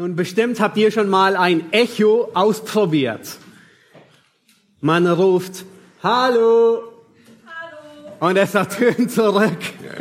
Nun, bestimmt habt ihr schon mal ein Echo ausprobiert. Man ruft, Hallo. Hallo. Und es ertönt zurück.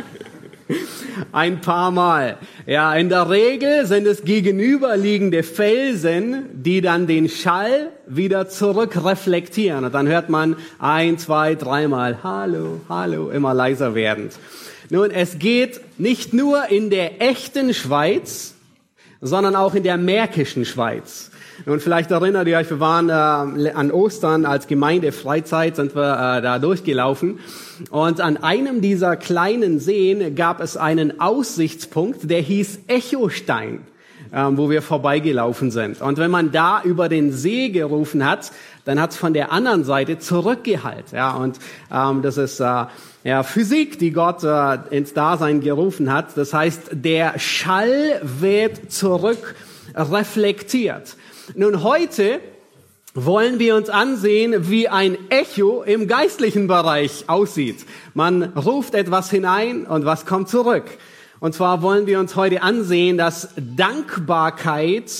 Ein paar Mal. Ja, in der Regel sind es gegenüberliegende Felsen, die dann den Schall wieder zurückreflektieren. Und dann hört man 1, 2, 3 Mal Hallo, Hallo, immer leiser werdend. Nun, es geht nicht nur in der echten Schweiz, sondern auch in der märkischen Schweiz. Und vielleicht erinnert ihr euch, wir waren an Ostern als Gemeindefreizeit, sind wir da durchgelaufen. Und an einem dieser kleinen Seen gab es einen Aussichtspunkt, der hieß Echostein, wo wir vorbeigelaufen sind. Und wenn man da über den See gerufen hat, dann hat es von der anderen Seite zurückgehallt. Ja, und das ist Physik, die Gott ins Dasein gerufen hat. Das heißt, der Schall wird zurück reflektiert. Nun, heute wollen wir uns ansehen, wie ein Echo im geistlichen Bereich aussieht. Man ruft etwas hinein und was kommt zurück? Und zwar wollen wir uns heute ansehen, dass Dankbarkeit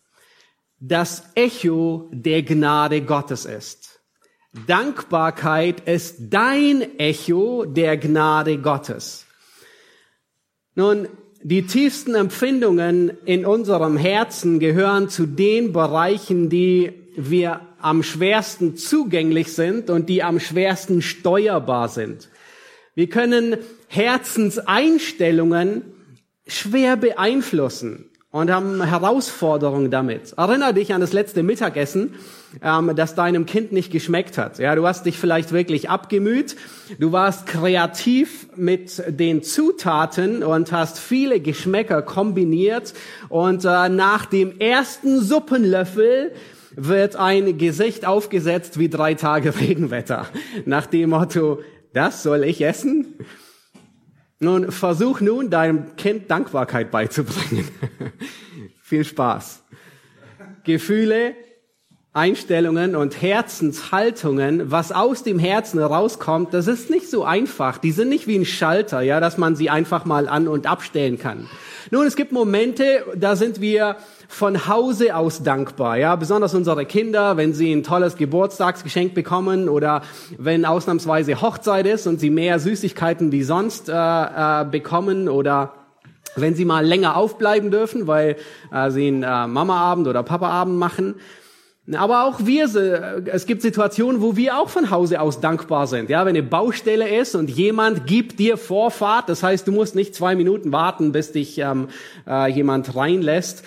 das Echo der Gnade Gottes ist. Dankbarkeit ist dein Echo der Gnade Gottes. Nun, die tiefsten Empfindungen in unserem Herzen gehören zu den Bereichen, die wir am schwersten zugänglich sind und die am schwersten steuerbar sind. Wir können Herzenseinstellungen schwer beeinflussen und haben Herausforderungen damit. Erinnere dich an das letzte Mittagessen, das deinem Kind nicht geschmeckt hat. Ja, du hast dich vielleicht wirklich abgemüht. Du warst kreativ mit den Zutaten und hast viele Geschmäcker kombiniert. Und nach dem ersten Suppenlöffel wird ein Gesicht aufgesetzt wie 3 Tage Regenwetter. Nach dem Motto, das soll ich essen? Nun, versuch nun, deinem Kind Dankbarkeit beizubringen. Viel Spaß. Gefühle, Einstellungen und Herzenshaltungen, was aus dem Herzen herauskommt, das ist nicht so einfach. Die sind nicht wie ein Schalter, ja, dass man sie einfach mal an- und abstellen kann. Nun, es gibt Momente, da sind wir von Hause aus dankbar, ja, besonders unsere Kinder, wenn sie ein tolles Geburtstagsgeschenk bekommen oder wenn ausnahmsweise Hochzeit ist und sie mehr Süßigkeiten wie sonst bekommen oder wenn sie mal länger aufbleiben dürfen, weil sie einen Mama-Abend oder Papa-Abend machen. Aber auch es gibt Situationen, wo wir auch von Hause aus dankbar sind. Ja, wenn eine Baustelle ist und jemand gibt dir Vorfahrt, das heißt, du musst nicht 2 Minuten warten, bis dich jemand reinlässt.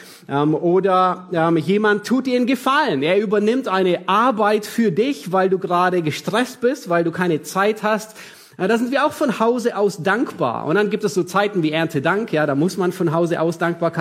Oder jemand tut dir einen Gefallen. Er übernimmt eine Arbeit für dich, weil du gerade gestresst bist, weil du keine Zeit hast. Da sind wir auch von Hause aus dankbar. Und dann gibt es so Zeiten wie Erntedank, ja, da muss man von Hause aus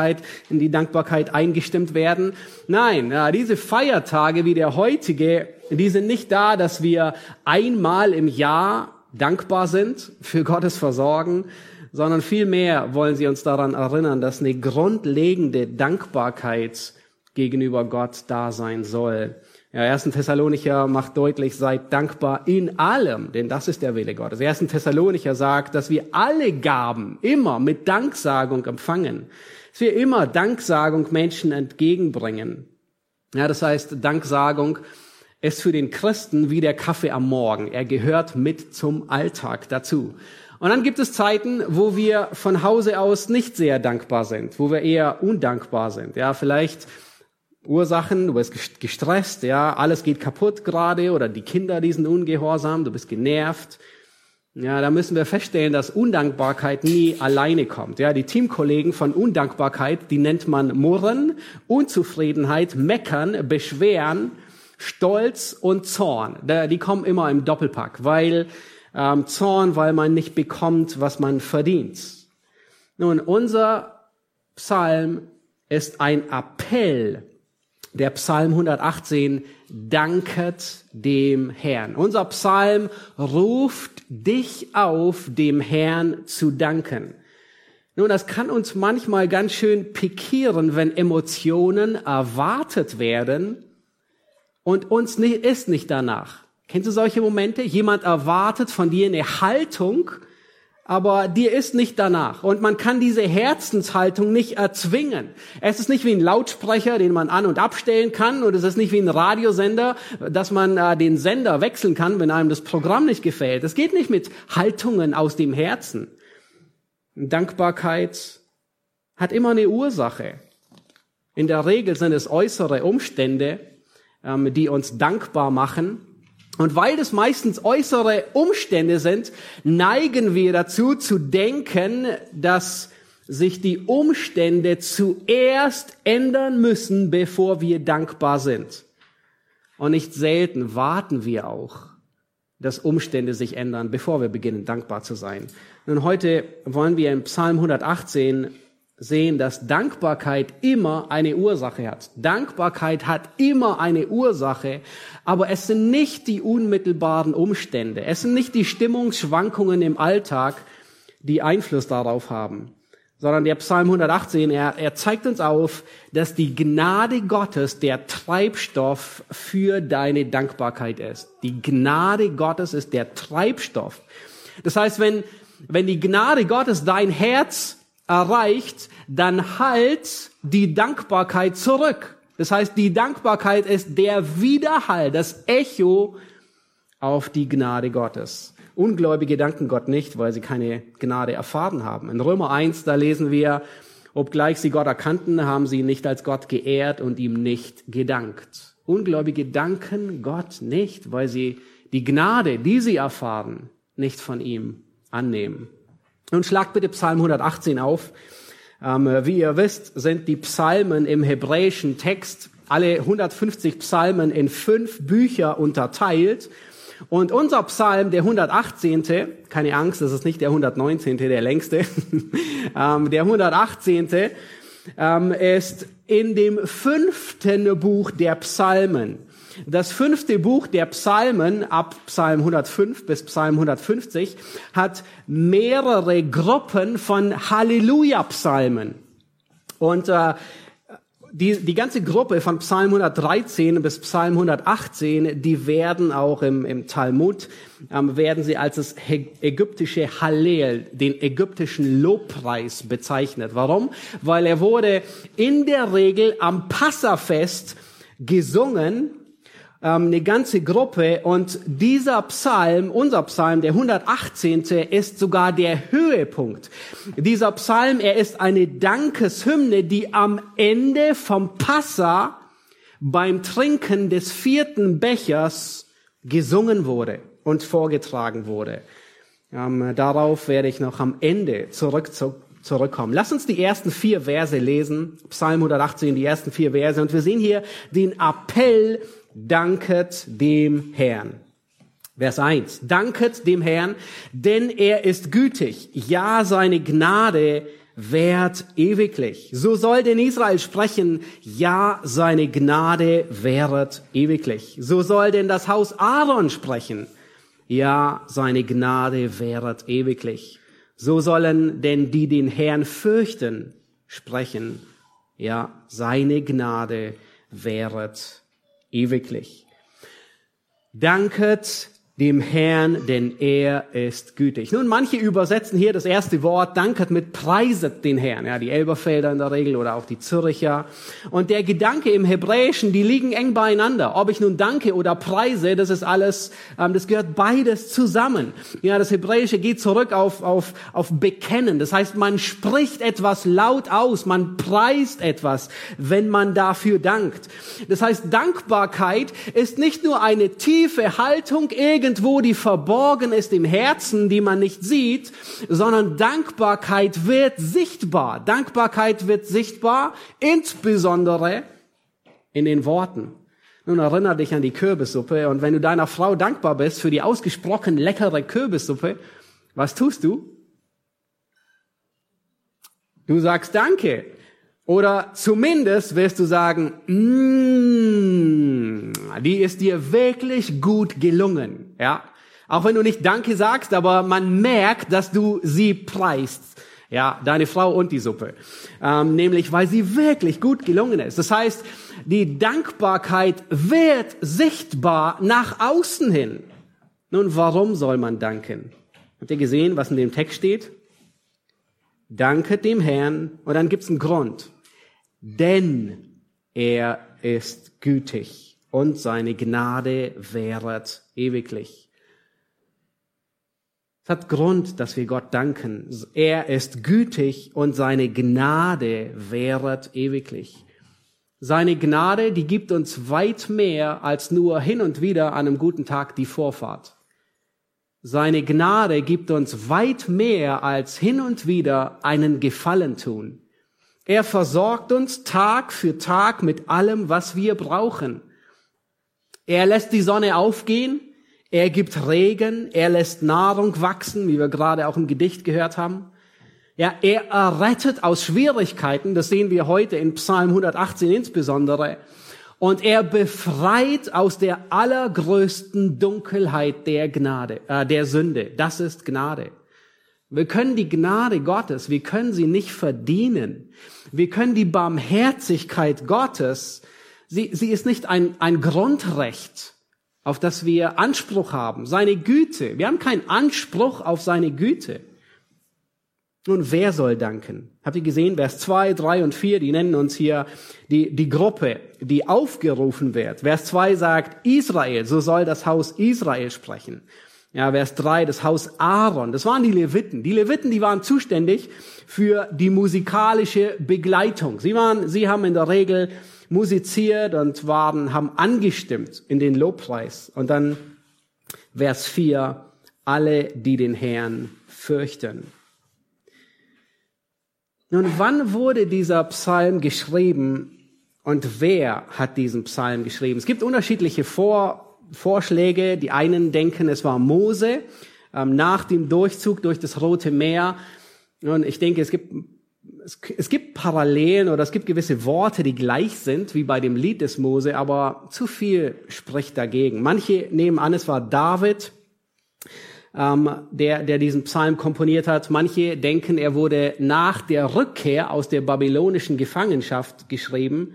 in die Dankbarkeit eingestimmt werden. Nein, diese Feiertage wie der heutige, die sind nicht da, dass wir einmal im Jahr dankbar sind für Gottes Versorgen, sondern vielmehr wollen sie uns daran erinnern, dass eine grundlegende Dankbarkeit gegenüber Gott da sein soll. Ja, 1. Thessalonicher macht deutlich, seid dankbar in allem, denn das ist der Wille Gottes. 1. Thessalonicher sagt, dass wir alle Gaben immer mit Danksagung empfangen, dass wir immer Danksagung Menschen entgegenbringen. Ja, das heißt, Danksagung ist für den Christen wie der Kaffee am Morgen. Er gehört mit zum Alltag dazu. Und dann gibt es Zeiten, wo wir von Hause aus nicht sehr dankbar sind, wo wir eher undankbar sind. Ja, vielleicht Ursachen, du bist gestresst, ja, alles geht kaputt gerade oder die Kinder, die sind ungehorsam, du bist genervt. Ja, da müssen wir feststellen, dass Undankbarkeit nie alleine kommt. Ja, die Teamkollegen von Undankbarkeit, die nennt man Murren, Unzufriedenheit, Meckern, Beschweren, Stolz und Zorn. Die kommen immer im Doppelpack, weil Zorn, weil man nicht bekommt, was man verdient. Nun, unser Psalm ist ein Appell. Der Psalm 118, danket dem Herrn. Unser Psalm ruft dich auf, dem Herrn zu danken. Nun, das kann uns manchmal ganz schön pikieren, wenn Emotionen erwartet werden und uns ist nicht danach. Kennst du solche Momente? Jemand erwartet von dir eine Haltung, aber dir ist nicht danach. Und man kann diese Herzenshaltung nicht erzwingen. Es ist nicht wie ein Lautsprecher, den man an- und abstellen kann, und es ist nicht wie ein Radiosender, dass man den Sender wechseln kann, wenn einem das Programm nicht gefällt. Es geht nicht mit Haltungen aus dem Herzen. Dankbarkeit hat immer eine Ursache. In der Regel sind es äußere Umstände, die uns dankbar machen. Und weil das meistens äußere Umstände sind, neigen wir dazu zu denken, dass sich die Umstände zuerst ändern müssen, bevor wir dankbar sind. Und nicht selten warten wir auch, dass Umstände sich ändern, bevor wir beginnen, dankbar zu sein. Nun, heute wollen wir in Psalm 118 sehen, dass Dankbarkeit immer eine Ursache hat. Dankbarkeit hat immer eine Ursache, aber es sind nicht die unmittelbaren Umstände. Es sind nicht die Stimmungsschwankungen im Alltag, die Einfluss darauf haben, sondern der Psalm 118, er zeigt uns auf, dass die Gnade Gottes der Treibstoff für deine Dankbarkeit ist. Die Gnade Gottes ist der Treibstoff. Das heißt, wenn die Gnade Gottes dein Herz erreicht, dann halt die Dankbarkeit zurück. Das heißt, die Dankbarkeit ist der Widerhall, das Echo auf die Gnade Gottes. Ungläubige danken Gott nicht, weil sie keine Gnade erfahren haben. In Römer 1, da lesen wir, obgleich sie Gott erkannten, haben sie ihn nicht als Gott geehrt und ihm nicht gedankt. Ungläubige danken Gott nicht, weil sie die Gnade, die sie erfahren, nicht von ihm annehmen. Nun schlagt bitte Psalm 118 auf. Wie ihr wisst, sind die Psalmen im hebräischen Text, alle 150 Psalmen, in 5 Bücher unterteilt. Und unser Psalm, der 118., keine Angst, das ist nicht der 119., der längste, der 118. Ist in dem 5. Buch der Psalmen. Das 5. Buch der Psalmen, ab Psalm 105 bis Psalm 150, hat mehrere Gruppen von Halleluja-Psalmen. Und die ganze Gruppe von Psalm 113 bis Psalm 118, die werden auch im Talmud, werden sie als das ägyptische Hallel, den ägyptischen Lobpreis bezeichnet. Warum? Weil er wurde in der Regel am Passafest gesungen, eine ganze Gruppe, und dieser Psalm, unser Psalm, der 118. ist sogar der Höhepunkt. Dieser Psalm, er ist eine Dankeshymne, die am Ende vom Passa beim Trinken des 4. Bechers gesungen wurde und vorgetragen wurde. Darauf werde ich noch am Ende zurückkommen. Lass uns die ersten 4 Verse lesen. Psalm 118, die ersten 4 Verse. Und wir sehen hier den Appell: Danket dem Herrn. Vers 1. Danket dem Herrn, denn er ist gütig. Ja, seine Gnade währt ewiglich. So soll denn Israel sprechen. Ja, seine Gnade währet ewiglich. So soll denn das Haus Aaron sprechen. Ja, seine Gnade währet ewiglich. So sollen denn die den Herrn fürchten sprechen. Ja, seine Gnade währet ewiglich. Danket dem Herrn, denn er ist gütig. Nun, manche übersetzen hier das erste Wort danket mit preiset den Herrn. Ja, die Elberfelder in der Regel oder auch die Zürcher. Und der Gedanke im Hebräischen, die liegen eng beieinander. Ob ich nun danke oder preise, das ist alles, das gehört beides zusammen. Ja, das Hebräische geht zurück auf Bekennen. Das heißt, man spricht etwas laut aus, man preist etwas, wenn man dafür dankt. Das heißt, Dankbarkeit ist nicht nur eine tiefe Haltung irgendwo, die verborgen ist im Herzen, die man nicht sieht, sondern Dankbarkeit wird sichtbar. Dankbarkeit wird sichtbar, insbesondere in den Worten. Nun erinnere dich an die Kürbissuppe, und wenn du deiner Frau dankbar bist für die ausgesprochen leckere Kürbissuppe, was tust du? Du sagst Danke. Oder zumindest wirst du sagen, die ist dir wirklich gut gelungen. Ja, auch wenn du nicht Danke sagst, aber man merkt, dass du sie preist. Ja, deine Frau und die Suppe. Nämlich, weil sie wirklich gut gelungen ist. Das heißt, die Dankbarkeit wird sichtbar nach außen hin. Nun, warum soll man danken? Habt ihr gesehen, was in dem Text steht? Danket dem Herrn, und dann gibt's einen Grund. Denn er ist gütig und seine Gnade währet ewiglich. Es hat Grund, dass wir Gott danken. Er ist gütig und seine Gnade währet ewiglich. Seine Gnade, die gibt uns weit mehr als nur hin und wieder an einem guten Tag die Vorfahrt. Seine Gnade gibt uns weit mehr als hin und wieder einen Gefallen tun. Er versorgt uns Tag für Tag mit allem, was wir brauchen. Er lässt die Sonne aufgehen, er gibt Regen, er lässt Nahrung wachsen, wie wir gerade auch im Gedicht gehört haben. Ja, er errettet aus Schwierigkeiten, das sehen wir heute in Psalm 118 insbesondere. Und er befreit aus der allergrößten Dunkelheit der Sünde. Das ist Gnade. Wir können die Gnade Gottes, wir können sie nicht verdienen. Wir können die Barmherzigkeit Gottes, sie ist nicht ein Grundrecht, auf das wir Anspruch haben. Seine Güte, wir haben keinen Anspruch auf seine Güte. Nun, wer soll danken? Habt ihr gesehen, Vers 2, 3 und 4, die nennen uns hier die Gruppe, die aufgerufen wird. Vers 2 sagt Israel, so soll das Haus Israel sprechen. Ja, Vers 3, das Haus Aaron, das waren die Leviten. Die Leviten, die waren zuständig für die musikalische Begleitung. Sie haben in der Regel musiziert und haben angestimmt in den Lobpreis. Und dann Vers 4, alle, die den Herrn fürchten. Nun, wann wurde dieser Psalm geschrieben und wer hat diesen Psalm geschrieben? Es gibt unterschiedliche Vorschläge. Die einen denken, es war Mose nach dem Durchzug durch das Rote Meer. Und ich denke, es gibt Parallelen oder es gibt gewisse Worte, die gleich sind, wie bei dem Lied des Mose, aber zu viel spricht dagegen. Manche nehmen an, es war David, der diesen Psalm komponiert hat. Manche denken, er wurde nach der Rückkehr aus der babylonischen Gefangenschaft geschrieben.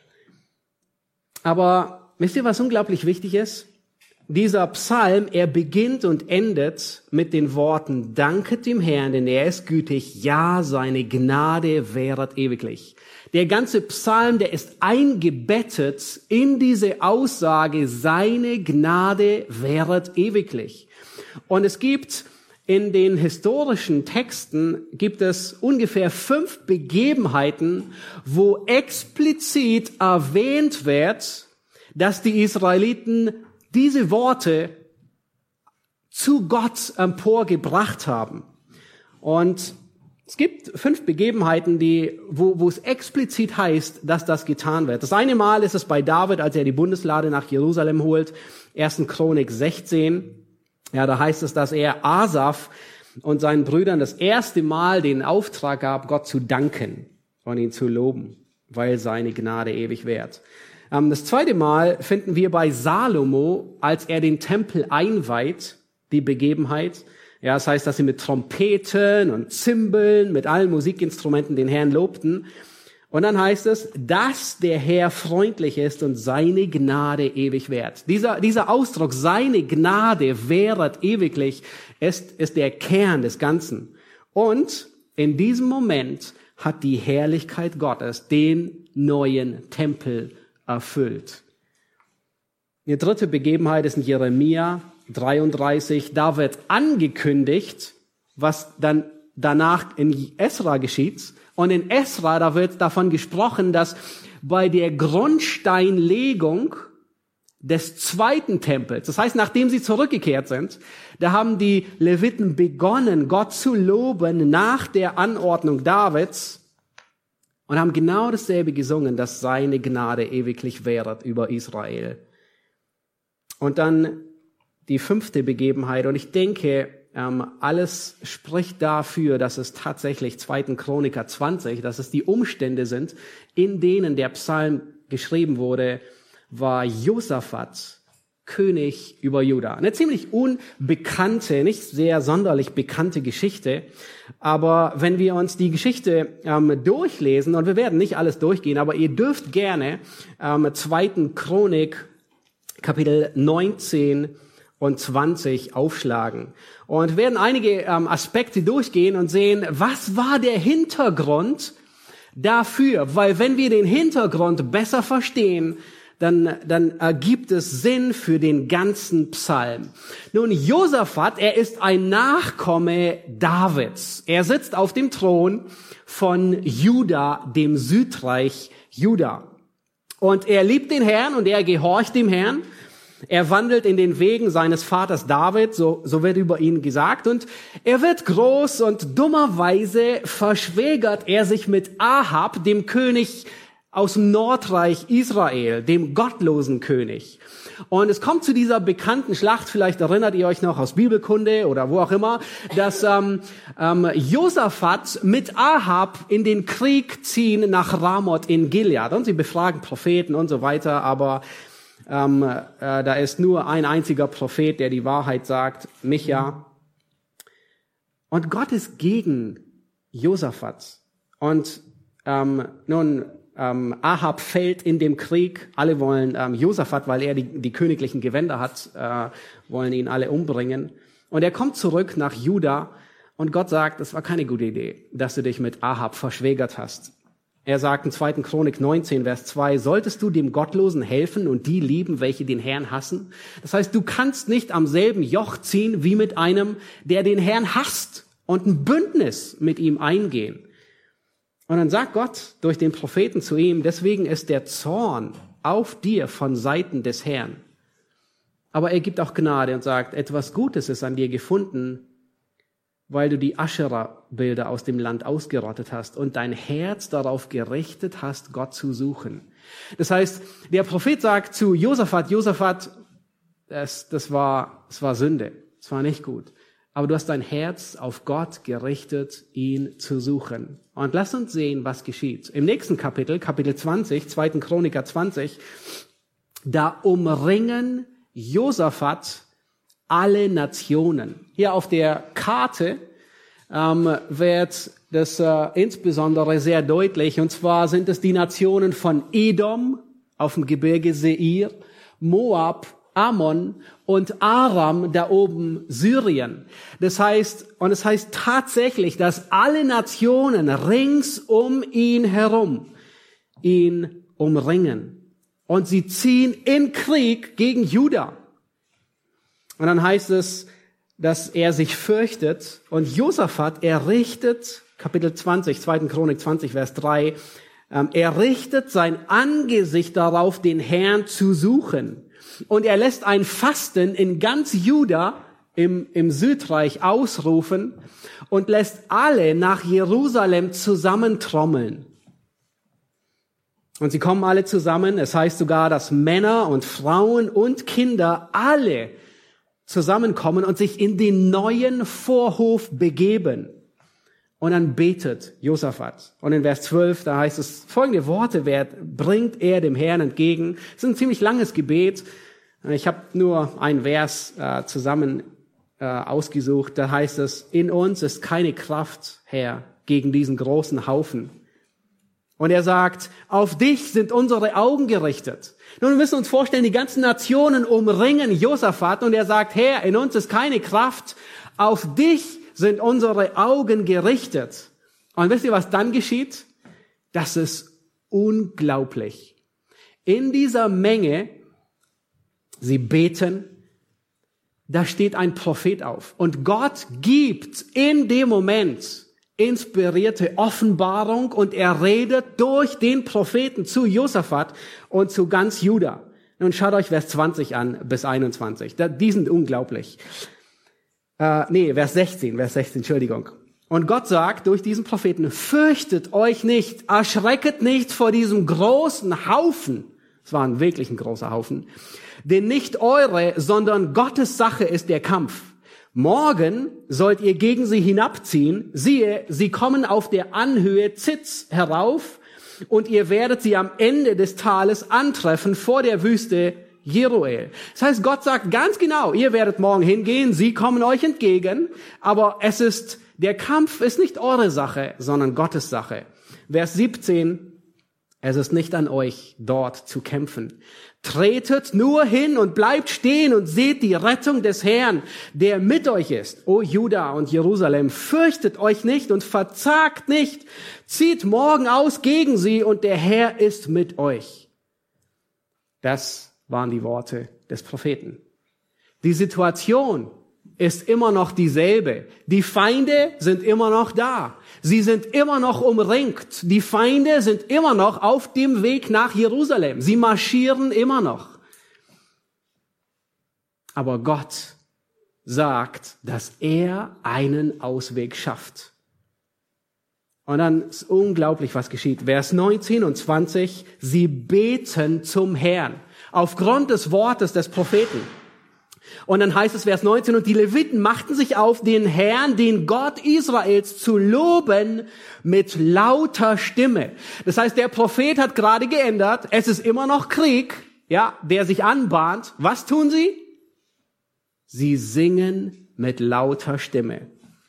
Aber wisst ihr, was unglaublich wichtig ist? Dieser Psalm, er beginnt und endet mit den Worten, danket dem Herrn, denn er ist gütig, ja, seine Gnade währet ewiglich. Der ganze Psalm, der ist eingebettet in diese Aussage, seine Gnade währet ewiglich. Und es gibt in den historischen Texten gibt es ungefähr 5 Begebenheiten, wo explizit erwähnt wird, dass die Israeliten diese Worte zu Gott emporgebracht haben. Und es gibt 5 Begebenheiten, wo es explizit heißt, dass das getan wird. Das eine Mal ist es bei David, als er die Bundeslade nach Jerusalem holt, 1. Chronik 16. Ja, da heißt es, dass er Asaf und seinen Brüdern das erste Mal den Auftrag gab, Gott zu danken und ihn zu loben, weil seine Gnade ewig währt. Das zweite Mal finden wir bei Salomo, als er den Tempel einweiht, die Begebenheit. Ja, das heißt, dass sie mit Trompeten und Zimbeln, mit allen Musikinstrumenten den Herrn lobten. Und dann heißt es, dass der Herr freundlich ist und seine Gnade ewig währt. Dieser Ausdruck, seine Gnade währet ewiglich, ist der Kern des Ganzen. Und in diesem Moment hat die Herrlichkeit Gottes den neuen Tempel erfüllt. Die dritte Begebenheit ist in Jeremia 33. Da wird angekündigt, was dann danach in Esra geschieht. Und in Esra, da wird davon gesprochen, dass bei der Grundsteinlegung des zweiten Tempels, das heißt, nachdem sie zurückgekehrt sind, da haben die Leviten begonnen, Gott zu loben nach der Anordnung Davids und haben genau dasselbe gesungen, dass seine Gnade ewiglich währet über Israel. Und dann die 5. Begebenheit, und ich denke, alles spricht dafür, dass es tatsächlich 2. Chroniker 20, dass es die Umstände sind, in denen der Psalm geschrieben wurde, war Josaphat König über Juda. Eine ziemlich unbekannte, nicht sehr sonderlich bekannte Geschichte. Aber wenn wir uns die Geschichte durchlesen, und wir werden nicht alles durchgehen, aber ihr dürft gerne 2. Chronik Kapitel 19 aufschlagen und werden einige Aspekte durchgehen und sehen, was war der Hintergrund dafür? Weil wenn wir den Hintergrund besser verstehen, dann ergibt es Sinn für den ganzen Psalm. Nun, Josaphat, er ist ein Nachkomme Davids. Er sitzt auf dem Thron von Juda, dem Südreich Juda. Und er liebt den Herrn und er gehorcht dem Herrn. Er wandelt in den Wegen seines Vaters David, so wird über ihn gesagt. Und er wird groß und dummerweise verschwägert er sich mit Ahab, dem König aus dem Nordreich Israel, dem gottlosen König. Und es kommt zu dieser bekannten Schlacht, vielleicht erinnert ihr euch noch aus Bibelkunde oder wo auch immer, dass Josaphat mit Ahab in den Krieg ziehen nach Ramoth in Gilead. Und sie befragen Propheten und so weiter, aber da ist nur ein einziger Prophet, der die Wahrheit sagt, Micha. Und Gott ist gegen Josaphat. Und Ahab fällt in dem Krieg. Alle wollen Josaphat, weil er die königlichen Gewänder hat, wollen ihn alle umbringen. Und er kommt zurück nach Juda und Gott sagt, das war keine gute Idee, dass du dich mit Ahab verschwägert hast. Er sagt in 2. Chronik 19, Vers 2, solltest du dem Gottlosen helfen und die lieben, welche den Herrn hassen? Das heißt, du kannst nicht am selben Joch ziehen wie mit einem, der den Herrn hasst und ein Bündnis mit ihm eingehen. Und dann sagt Gott durch den Propheten zu ihm, deswegen ist der Zorn auf dir von Seiten des Herrn. Aber er gibt auch Gnade und sagt, etwas Gutes ist an dir gefunden, weil du die Aschera-Bilder aus dem Land ausgerottet hast und dein Herz darauf gerichtet hast, Gott zu suchen. Das heißt, der Prophet sagt zu Josaphat, das war Sünde, es war nicht gut. Aber du hast dein Herz auf Gott gerichtet, ihn zu suchen. Und lass uns sehen, was geschieht. Im nächsten Kapitel, Kapitel 20, 2. Chroniker 20, da umringen Josaphat alle Nationen. Hier auf der Karte wird das insbesondere sehr deutlich. Und zwar sind es die Nationen von Edom auf dem Gebirge Seir, Moab, Ammon und Aram da oben Syrien. Das heißt tatsächlich, dass alle Nationen rings um ihn herum ihn umringen. Und sie ziehen in Krieg gegen Juda. Und dann heißt es, dass er sich fürchtet. Und Josaphat, er richtet, Kapitel 20, 2. Chronik 20, Vers 3, er richtet sein Angesicht darauf, den Herrn zu suchen. Und er lässt ein Fasten in ganz Juda im Südreich ausrufen und lässt alle nach Jerusalem zusammentrommeln. Und sie kommen alle zusammen. Es heißt sogar, dass Männer und Frauen und Kinder alle zusammenkommen und sich in den neuen Vorhof begeben. Und dann betet Josaphat. Und in Vers 12, da heißt es, folgende Worte bringt er dem Herrn entgegen. Es ist ein ziemlich langes Gebet. Ich habe nur einen Vers zusammen ausgesucht. Da heißt es, in uns ist keine Kraft, Herr, gegen diesen großen Haufen. Und er sagt, auf dich sind unsere Augen gerichtet. Nun, wir müssen uns vorstellen, die ganzen Nationen umringen Josaphat und er sagt, Herr, in uns ist keine Kraft, auf dich sind unsere Augen gerichtet. Und wisst ihr, was dann geschieht? Das ist unglaublich. In dieser Menge, sie beten, da steht ein Prophet auf. Und Gott gibt in dem Moment inspirierte Offenbarung und er redet durch den Propheten zu Josaphat und zu ganz Juda. Nun schaut euch Vers 20 an bis 21. Die sind unglaublich. Vers 16, Entschuldigung. Und Gott sagt durch diesen Propheten, fürchtet euch nicht, erschrecket nicht vor diesem großen Haufen. Es war wirklich ein großer Haufen. Denn nicht eure, sondern Gottes Sache ist der Kampf. Morgen sollt ihr gegen sie hinabziehen. Siehe, sie kommen auf der Anhöhe Zitz herauf und ihr werdet sie am Ende des Tales antreffen vor der Wüste Jeruel. Das heißt, Gott sagt ganz genau, ihr werdet morgen hingehen, sie kommen euch entgegen, aber der Kampf ist nicht eure Sache, sondern Gottes Sache. Vers 17, Es ist nicht an euch, dort zu kämpfen. Tretet nur hin und bleibt stehen und seht die Rettung des Herrn, der mit euch ist. O Juda und Jerusalem, fürchtet euch nicht und verzagt nicht. Zieht morgen aus gegen sie und der Herr ist mit euch. Das waren die Worte des Propheten. Die Situation ist immer noch dieselbe. Die Feinde sind immer noch da. Sie sind immer noch umringt. Die Feinde sind immer noch auf dem Weg nach Jerusalem. Sie marschieren immer noch. Aber Gott sagt, dass er einen Ausweg schafft. Und dann ist unglaublich, was geschieht. Vers 19 und 20, sie beten zum Herrn. Aufgrund des Wortes des Propheten. Und dann heißt es, Vers 19, und die Leviten machten sich auf, den Herrn, den Gott Israels, zu loben mit lauter Stimme. Das heißt, der Prophet hat gerade geändert. Es ist immer noch Krieg, ja, der sich anbahnt. Was tun sie? Sie singen mit lauter Stimme.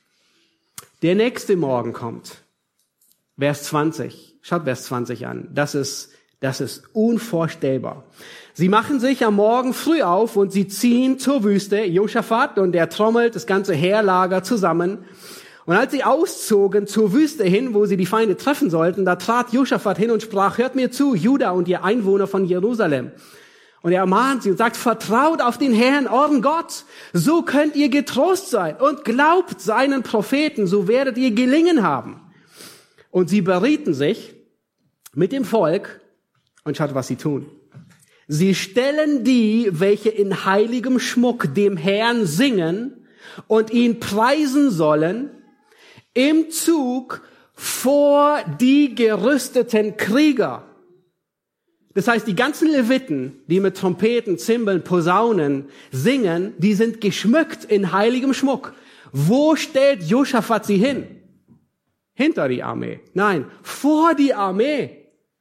Der nächste Morgen kommt. Vers 20. Schaut Vers 20 an. Das ist unvorstellbar. Sie machen sich am Morgen früh auf und sie ziehen zur Wüste. Josaphat und der trommelt das ganze Heerlager zusammen. Und als sie auszogen zur Wüste hin, wo sie die Feinde treffen sollten, da trat Josaphat hin und sprach, hört mir zu, Juda und ihr Einwohner von Jerusalem. Und er ermahnt sie und sagt, vertraut auf den Herrn, euren Gott. So könnt ihr getrost sein und glaubt seinen Propheten, so werdet ihr gelingen haben. Und sie berieten sich mit dem Volk und schaut, was sie tun. Sie stellen die, welche in heiligem Schmuck dem Herrn singen und ihn preisen sollen, im Zug vor die gerüsteten Krieger. Das heißt, die ganzen Leviten, die mit Trompeten, Zimbeln, Posaunen singen, die sind geschmückt in heiligem Schmuck. Wo stellt Josaphat sie hin? Hinter die Armee. Nein, vor die Armee.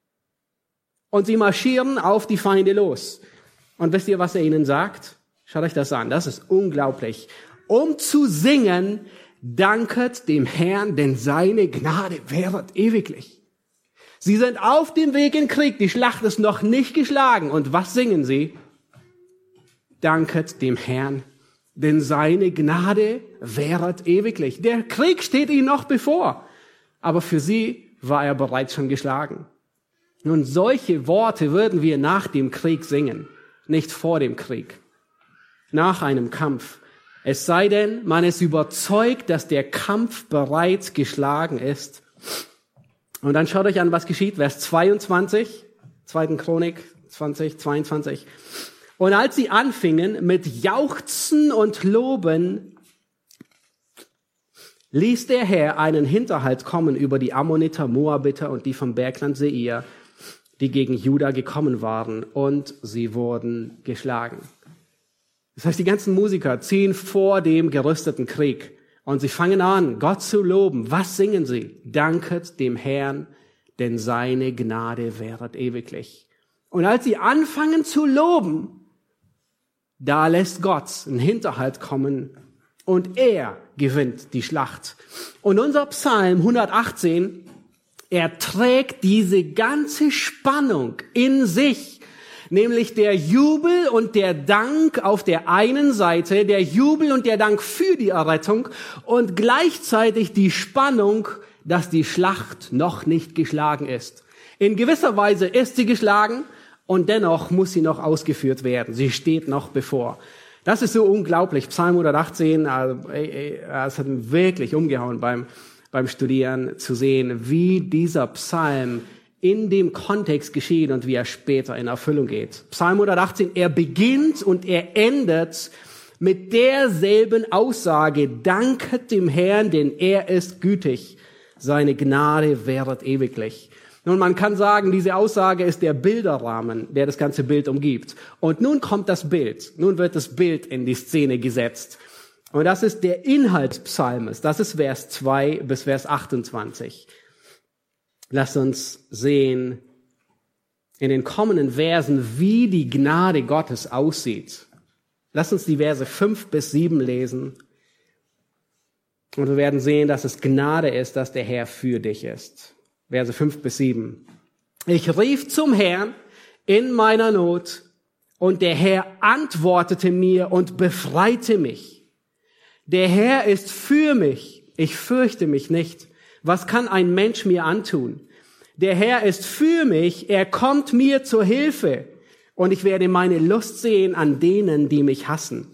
Und sie marschieren auf die Feinde los. Und wisst ihr, was er ihnen sagt? Schaut euch das an, das ist unglaublich. Um zu singen, danket dem Herrn, denn seine Gnade währet ewiglich. Sie sind auf dem Weg in Krieg, die Schlacht ist noch nicht geschlagen. Und was singen sie? Danket dem Herrn, denn seine Gnade währet ewiglich. Der Krieg steht ihnen noch bevor, aber für sie war er bereits schon geschlagen. Nun, solche Worte würden wir nach dem Krieg singen, nicht vor dem Krieg, nach einem Kampf. Es sei denn, man ist überzeugt, dass der Kampf bereits geschlagen ist. Und dann schaut euch an, was geschieht. Vers 22, 2. Chronik 20, 22. Und als sie anfingen mit Jauchzen und Loben, ließ der Herr einen Hinterhalt kommen über die Ammoniter, Moabiter und die vom Bergland Seir, die gegen Juda gekommen waren, und sie wurden geschlagen. Das heißt, die ganzen Musiker ziehen vor dem gerüsteten Krieg und sie fangen an, Gott zu loben. Was singen sie? Danket dem Herrn, denn seine Gnade währet ewiglich. Und als sie anfangen zu loben, da lässt Gott einen Hinterhalt kommen und er gewinnt die Schlacht. Und unser Psalm 118, er trägt diese ganze Spannung in sich, nämlich der Jubel und der Dank auf der einen Seite, der Jubel und der Dank für die Errettung und gleichzeitig die Spannung, dass die Schlacht noch nicht geschlagen ist. In gewisser Weise ist sie geschlagen und dennoch muss sie noch ausgeführt werden. Sie steht noch bevor. Das ist so unglaublich. Psalm 118, es hat mich wirklich umgehauen beim Studieren zu sehen, wie dieser Psalm in dem Kontext geschieht und wie er später in Erfüllung geht. Psalm 118, er beginnt und er endet mit derselben Aussage, danket dem Herrn, denn er ist gütig, seine Gnade währet ewiglich. Nun, man kann sagen, diese Aussage ist der Bilderrahmen, der das ganze Bild umgibt. Und nun kommt das Bild, nun wird das Bild in die Szene gesetzt. Und das ist der Inhalt Psalmes. Das ist Vers 2 bis Vers 28. Lasst uns sehen in den kommenden Versen, wie die Gnade Gottes aussieht. Lasst uns die Verse 5 bis 7 lesen. Und wir werden sehen, dass es Gnade ist, dass der Herr für dich ist. Verse 5 bis 7. Ich rief zum Herrn in meiner Not und der Herr antwortete mir und befreite mich. Der Herr ist für mich, ich fürchte mich nicht. Was kann ein Mensch mir antun? Der Herr ist für mich, er kommt mir zur Hilfe und ich werde meine Lust sehen an denen, die mich hassen.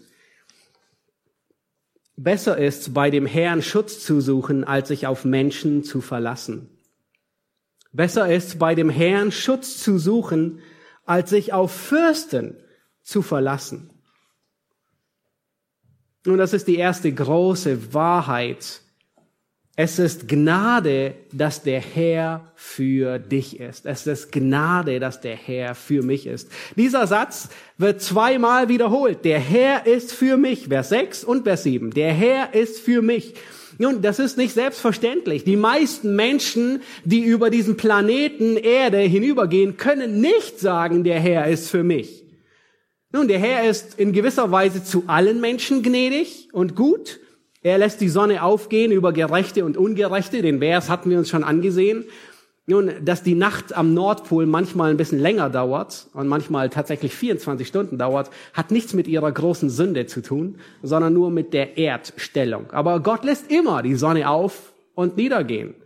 Besser ist, bei dem Herrn Schutz zu suchen, als sich auf Menschen zu verlassen. Besser ist, bei dem Herrn Schutz zu suchen, als sich auf Fürsten zu verlassen. Nun, das ist die erste große Wahrheit. Es ist Gnade, dass der Herr für dich ist. Es ist Gnade, dass der Herr für mich ist. Dieser Satz wird zweimal wiederholt. Der Herr ist für mich. Vers 6 und Vers 7. Der Herr ist für mich. Nun, das ist nicht selbstverständlich. Die meisten Menschen, die über diesen Planeten Erde hinübergehen, können nicht sagen, der Herr ist für mich. Nun, der Herr ist in gewisser Weise zu allen Menschen gnädig und gut. Er lässt die Sonne aufgehen über Gerechte und Ungerechte. Den Vers hatten wir uns schon angesehen. Nun, dass die Nacht am Nordpol manchmal ein bisschen länger dauert und manchmal tatsächlich 24 Stunden dauert, hat nichts mit ihrer großen Sünde zu tun, sondern nur mit der Erdstellung. Aber Gott lässt immer die Sonne auf und niedergehen.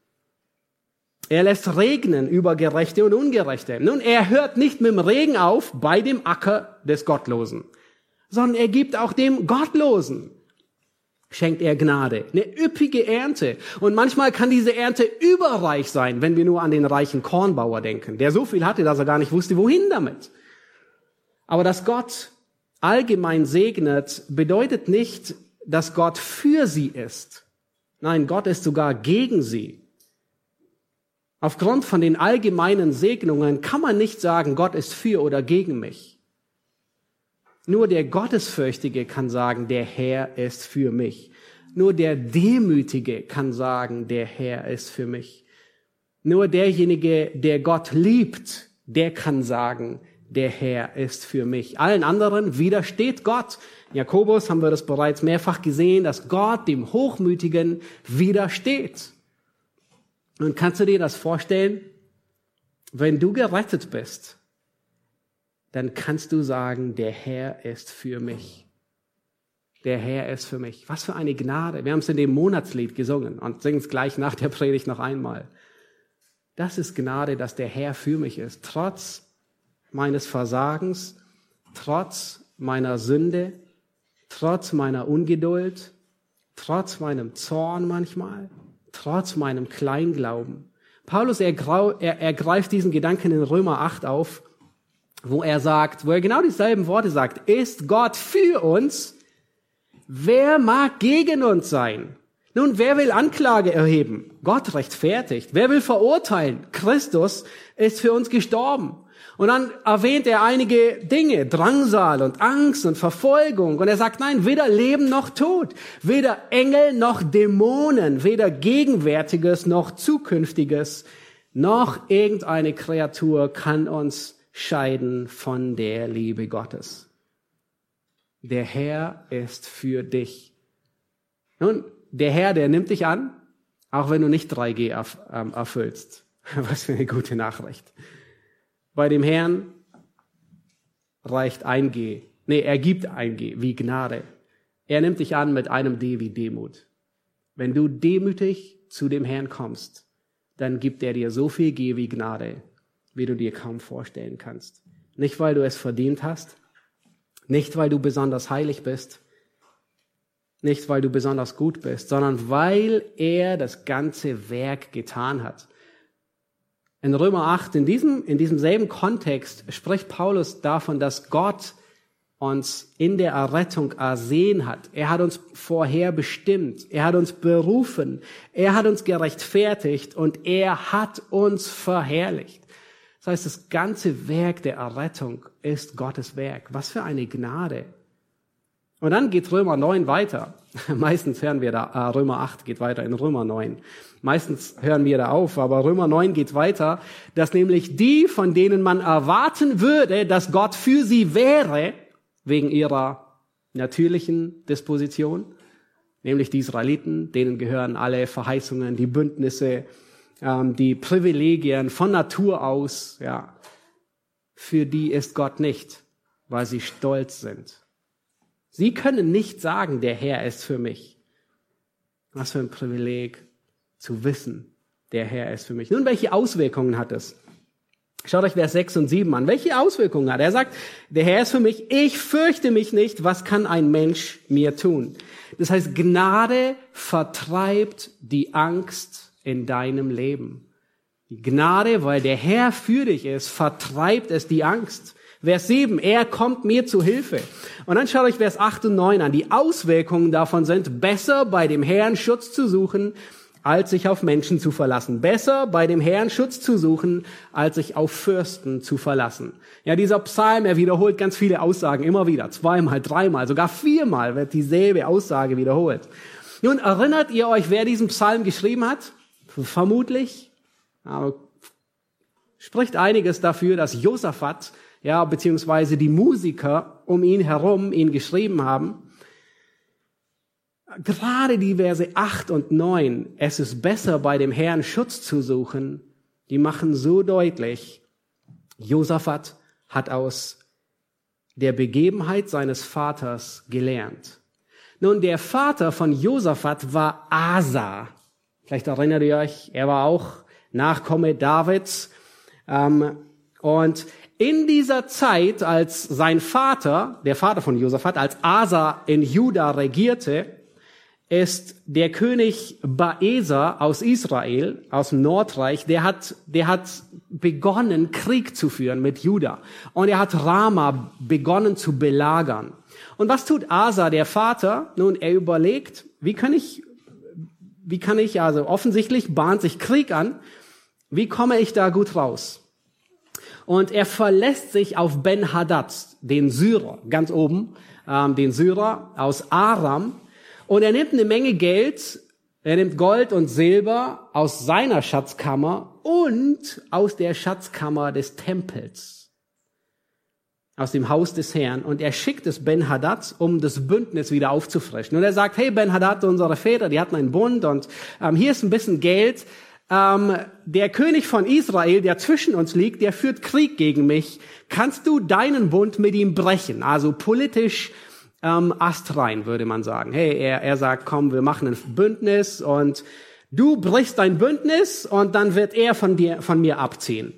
Er lässt regnen über Gerechte und Ungerechte. Nun, er hört nicht mit dem Regen auf bei dem Acker des Gottlosen, sondern er gibt auch dem Gottlosen, schenkt er Gnade, eine üppige Ernte. Und manchmal kann diese Ernte überreich sein, wenn wir nur an den reichen Kornbauer denken, der so viel hatte, dass er gar nicht wusste, wohin damit. Aber dass Gott allgemein segnet, bedeutet nicht, dass Gott für sie ist. Nein, Gott ist sogar gegen sie. Aufgrund von den allgemeinen Segnungen kann man nicht sagen, Gott ist für oder gegen mich. Nur der Gottesfürchtige kann sagen, der Herr ist für mich. Nur der Demütige kann sagen, der Herr ist für mich. Nur derjenige, der Gott liebt, der kann sagen, der Herr ist für mich. Allen anderen widersteht Gott. In Jakobus haben wir das bereits mehrfach gesehen, dass Gott dem Hochmütigen widersteht. Und kannst du dir das vorstellen? Wenn du gerettet bist, dann kannst du sagen, der Herr ist für mich. Der Herr ist für mich. Was für eine Gnade. Wir haben es in dem Monatslied gesungen und singen es gleich nach der Predigt noch einmal. Das ist Gnade, dass der Herr für mich ist. Trotz meines Versagens, trotz meiner Sünde, trotz meiner Ungeduld, trotz meinem Zorn manchmal, trotz meinem Kleinglauben. Paulus ergreift diesen Gedanken in Römer 8 auf, wo er genau dieselben Worte sagt. Ist Gott für uns? Wer mag gegen uns sein? Nun, wer will Anklage erheben? Gott rechtfertigt. Wer will verurteilen? Christus ist für uns gestorben. Und dann erwähnt er einige Dinge, Drangsal und Angst und Verfolgung. Und er sagt, nein, weder Leben noch Tod, weder Engel noch Dämonen, weder Gegenwärtiges noch Zukünftiges, noch irgendeine Kreatur kann uns scheiden von der Liebe Gottes. Der Herr ist für dich. Nun, der Herr, der nimmt dich an, auch wenn du nicht 3G erfüllst. Was für eine gute Nachricht. Bei dem Herrn reicht 1G. Er gibt 1G wie Gnade. Er nimmt dich an mit einem D wie Demut. Wenn du demütig zu dem Herrn kommst, dann gibt er dir so viel G wie Gnade, wie du dir kaum vorstellen kannst. Nicht, weil du es verdient hast, nicht, weil du besonders heilig bist, nicht, weil du besonders gut bist, sondern weil er das ganze Werk getan hat. In Römer 8, in diesem selben Kontext, spricht Paulus davon, dass Gott uns in der Errettung ersehen hat. Er hat uns vorher bestimmt. Er hat uns berufen. Er hat uns gerechtfertigt und er hat uns verherrlicht. Das heißt, das ganze Werk der Errettung ist Gottes Werk. Was für eine Gnade. Und dann geht Römer 9 weiter. Meistens hören wir da, Römer 8 geht weiter in Römer 9. Meistens hören wir da auf, aber Römer 9 geht weiter, dass nämlich die, von denen man erwarten würde, dass Gott für sie wäre, wegen ihrer natürlichen Disposition, nämlich die Israeliten, denen gehören alle Verheißungen, die Bündnisse, die Privilegien von Natur aus, ja, für die ist Gott nicht, weil sie stolz sind. Sie können nicht sagen, der Herr ist für mich. Was für ein Privileg zu wissen, der Herr ist für mich. Nun, welche Auswirkungen hat es? Schaut euch Vers 6 und 7 an. Welche Auswirkungen hat er? Er sagt, der Herr ist für mich, ich fürchte mich nicht, was kann ein Mensch mir tun? Das heißt, Gnade vertreibt die Angst in deinem Leben. Die Gnade, weil der Herr für dich ist, vertreibt es die Angst. Vers 7, er kommt mir zu Hilfe. Und dann schaut euch Vers 8 und 9 an. Die Auswirkungen davon sind, besser bei dem Herrn Schutz zu suchen, als sich auf Menschen zu verlassen. Besser bei dem Herrn Schutz zu suchen, als sich auf Fürsten zu verlassen. Ja, dieser Psalm, er wiederholt ganz viele Aussagen immer wieder. 2-mal, 3-mal, sogar 4-mal wird dieselbe Aussage wiederholt. Nun, erinnert ihr euch, wer diesen Psalm geschrieben hat? Vermutlich. Aber spricht einiges dafür, dass Josaphat, ja, beziehungsweise die Musiker um ihn herum ihn geschrieben haben. Gerade die Verse 8 und 9, es ist besser, bei dem Herrn Schutz zu suchen, die machen so deutlich, Josaphat hat aus der Begebenheit seines Vaters gelernt. Nun, der Vater von Josaphat war Asa. Vielleicht erinnert ihr euch, er war auch Nachkomme Davids. Und in dieser Zeit, als sein Vater, der Vater von Josaphat, als Asa in Juda regierte, ist der König Baesa aus Israel, aus dem Nordreich, der hat begonnen, Krieg zu führen mit Juda. Und er hat Rama begonnen zu belagern. Und was tut Asa, der Vater? Nun, er überlegt, wie kann ich, also offensichtlich bahnt sich Krieg an, wie komme ich da gut raus? Und er verlässt sich auf Ben-Hadad, den Syrer, ganz oben, den Syrer aus Aram. Und er nimmt eine Menge Geld, er nimmt Gold und Silber aus seiner Schatzkammer und aus der Schatzkammer des Tempels, aus dem Haus des Herrn. Und er schickt es Ben-Hadad, um das Bündnis wieder aufzufrischen. Und er sagt, hey Ben-Hadad, unsere Väter, die hatten einen Bund und hier ist ein bisschen Geld. Der König von Israel, der zwischen uns liegt, der führt Krieg gegen mich. Kannst du deinen Bund mit ihm brechen? Also politisch astrein, würde man sagen. Hey, er sagt, komm, wir machen ein Bündnis und du brichst dein Bündnis und dann wird er von mir abziehen.